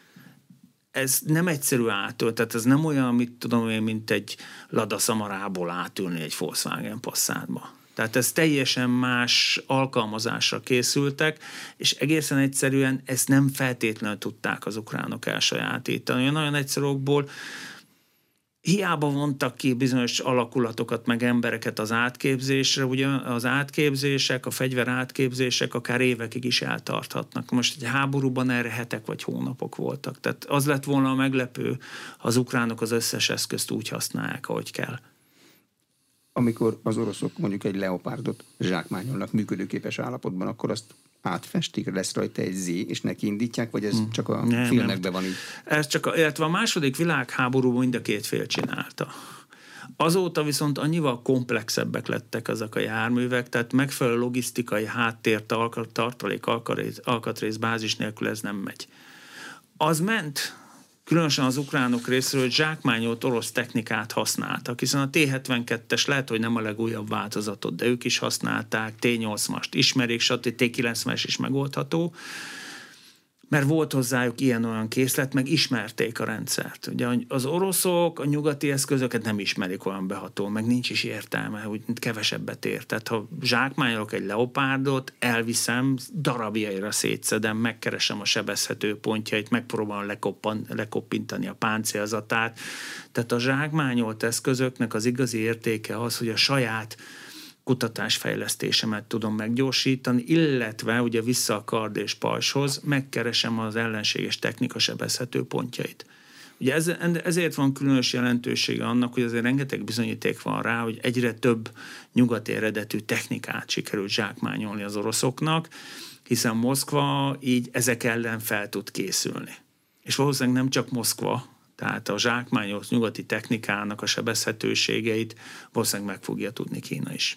Ez nem egyszerű átölt, tehát ez nem olyan, mit tudom én, mint egy Lada Samarából átülni egy Volkswagen Passatba. Tehát ez teljesen más alkalmazásra készültek, és egészen egyszerűen ezt nem feltétlenül tudták az ukránok elsajátítani. Nagyon egyszerű okból hiába vontak ki bizonyos alakulatokat, meg embereket az átképzésre, ugye az átképzések, a fegyver átképzések akár évekig is eltarthatnak. Most egy háborúban erre hetek vagy hónapok voltak. Tehát az lett volna a meglepő, ha az ukránok az összes eszközt úgy használják, ahogy kell. Amikor az oroszok mondjuk egy Leopardot zsákmányolnak működőképes állapotban, akkor azt átfestik, lesz rajta egy Z, és neki indítják, vagy ez hmm. csak a nem, filmekben nem. van így? Ez csak a, illetve a második világháborúban mind a két fél csinálta. Azóta viszont annyival komplexebbek lettek ezek a járművek, tehát megfelelő logisztikai háttért, tartalék, alkatrész, bázis nélkül ez nem megy. Az ment, különösen az ukránok részéről, hogy zsákmányolt orosz technikát használtak, hiszen a té hetvenkettes lehet, hogy nem a legújabb változatot, de ők is használták, té nyolcvast ismerik, stb. té kilencvenes is megoldható, mert volt hozzájuk ilyen-olyan készlet, meg ismerték a rendszert. Ugye az oroszok a nyugati eszközöket nem ismerik olyan beható, meg nincs is értelme, úgy kevesebbet ér. Tehát ha zsákmányolok egy Leopardot, elviszem, darabjaira szétszedem, megkeresem a sebezhető pontjait, megpróbálom lekoppan, lekoppintani a páncélzatát. Tehát a zsákmányolt eszközöknek az igazi értéke az, hogy a saját kutatásfejlesztésemet tudom meggyorsítani, illetve ugye vissza a kard és pajzshoz megkeresem az ellenséges technika sebezhető pontjait. Ugye ez, ezért van különös jelentősége annak, hogy azért rengeteg bizonyíték van rá, hogy egyre több nyugati eredetű technikát sikerült zsákmányolni az oroszoknak, hiszen Moszkva így ezek ellen fel tud készülni. És valószínűleg nem csak Moszkva, tehát a zsákmányolt nyugati technikának a sebezhetőségeit valószínűleg meg fogja tudni Kína is.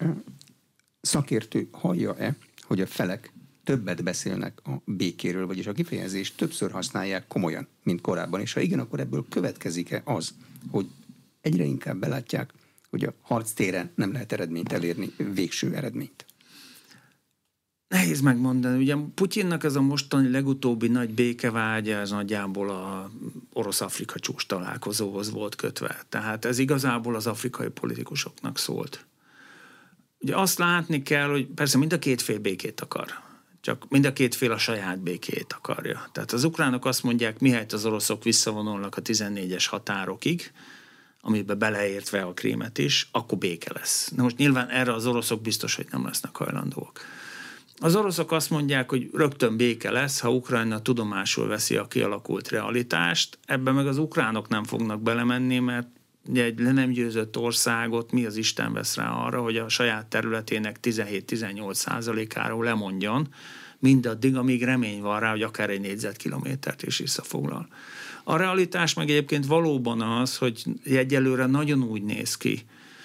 Szakértő hallja-e, hogy a felek többet beszélnek a békéről, vagyis a kifejezést többször használják komolyan, mint korábban, és ha igen, akkor ebből következik-e az, hogy egyre inkább belátják, hogy a harctéren nem lehet eredményt elérni, végső eredményt? Nehéz megmondani. Ugye Putyinnak ez a mostani legutóbbi nagy békevágya, ez nagyjából a orosz-afrika csúcs találkozóhoz volt kötve. Tehát ez igazából az afrikai politikusoknak szólt. Ugye azt látni kell, hogy persze mind a két fél békét akar. Csak mind a két fél a saját békét akarja. Tehát az ukránok azt mondják, mihelyt az oroszok visszavonulnak a tizennégyes határokig, amiben beleértve a Krímet is, akkor béke lesz. Na most nyilván erre az oroszok biztos, hogy nem lesznek hajlandóak. Az oroszok azt mondják, hogy rögtön béke lesz, ha Ukrajna tudomásul veszi a kialakult realitást. Ebben meg az ukránok nem fognak belemenni, mert ugye egy le nem győzött országot mi az Isten vesz rá arra, hogy a saját területének tizenhét-tizennyolc százalékáról lemondjon, mindaddig, amíg remény van rá, hogy akár egy négyzetkilométert is visszafoglal. A realitás meg egyébként valóban az, hogy egyelőre nagyon úgy néz ki,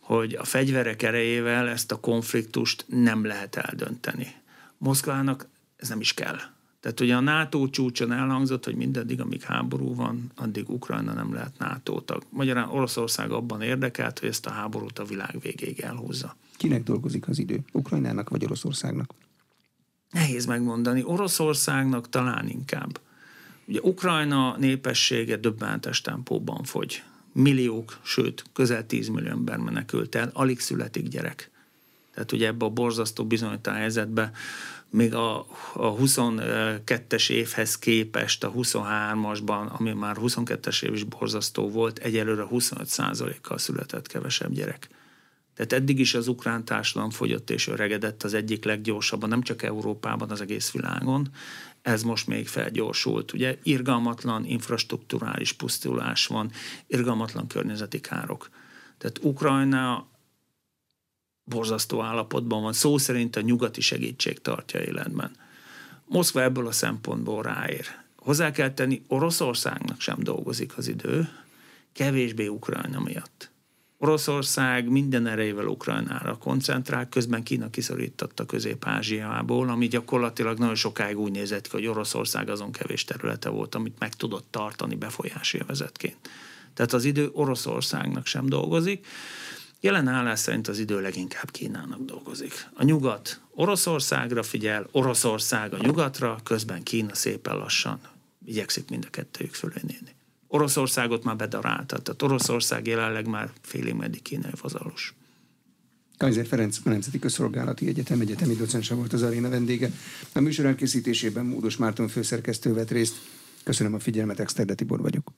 hogy a fegyverek erejével ezt a konfliktust nem lehet eldönteni. Moszkvának ez nem is kell. Tehát ugye a NATO csúcson elhangzott, hogy mindaddig, amíg háború van, addig Ukrajna nem lehet NATO tag. Magyarán Oroszország abban érdekelt, hogy ezt a háborút a világ végéig elhúzza. Kinek dolgozik az idő? Ukrajnának vagy Oroszországnak? Nehéz megmondani. Oroszországnak talán inkább. Ugye Ukrajna népessége döbbenetes tempóban fogy. Milliók, sőt, közel tíz millió ember menekült el, alig születik gyerek. Tehát ugye ebbe a borzasztó bizonytalan helyzetbe még a, a huszonkettes évhez képest a huszonhármasban, ami már huszonkettes év is borzasztó volt, egyelőre huszonöt százalékkal született kevesebb gyerek. Tehát eddig is az ukrán társadalom fogyott és öregedett az egyik leggyorsabban, nem csak Európában, az egész világon. Ez most még felgyorsult. Ugye irgalmatlan infrastrukturális pusztulás van, irgalmatlan környezeti károk. Tehát Ukrajna borzasztó állapotban van, szó szerint a nyugati segítség tartja életben. Moszkva ebből a szempontból ráér. Hozzá kell tenni, Oroszországnak sem dolgozik az idő, kevésbé Ukrajna miatt. Oroszország minden erejével Ukrajnára koncentrál, közben Kína kiszorította Közép-Ázsiából, ami gyakorlatilag nagyon sokáig úgy nézett ki, hogy Oroszország azon kevés területe volt, amit meg tudott tartani befolyási övezetként. Tehát az idő Oroszországnak sem dolgozik. Jelen állás szerint az idő leginkább Kínának dolgozik. A nyugat Oroszországra figyel, Oroszország a nyugatra, közben Kína szépen lassan igyekszik mind a kettőjük fölé nézni. Oroszországot már bedarálta, tehát Oroszország jelenleg már félig meddig kínai vazalos. Kaiser Ferenc, a Nemzeti Közszolgálati Egyetem egyetemi docense volt az aréna vendége. A műsor elkészítésében Módos Márton főszerkesztő vett részt. Köszönöm a figyelmet, Exterde Tibor vagyok.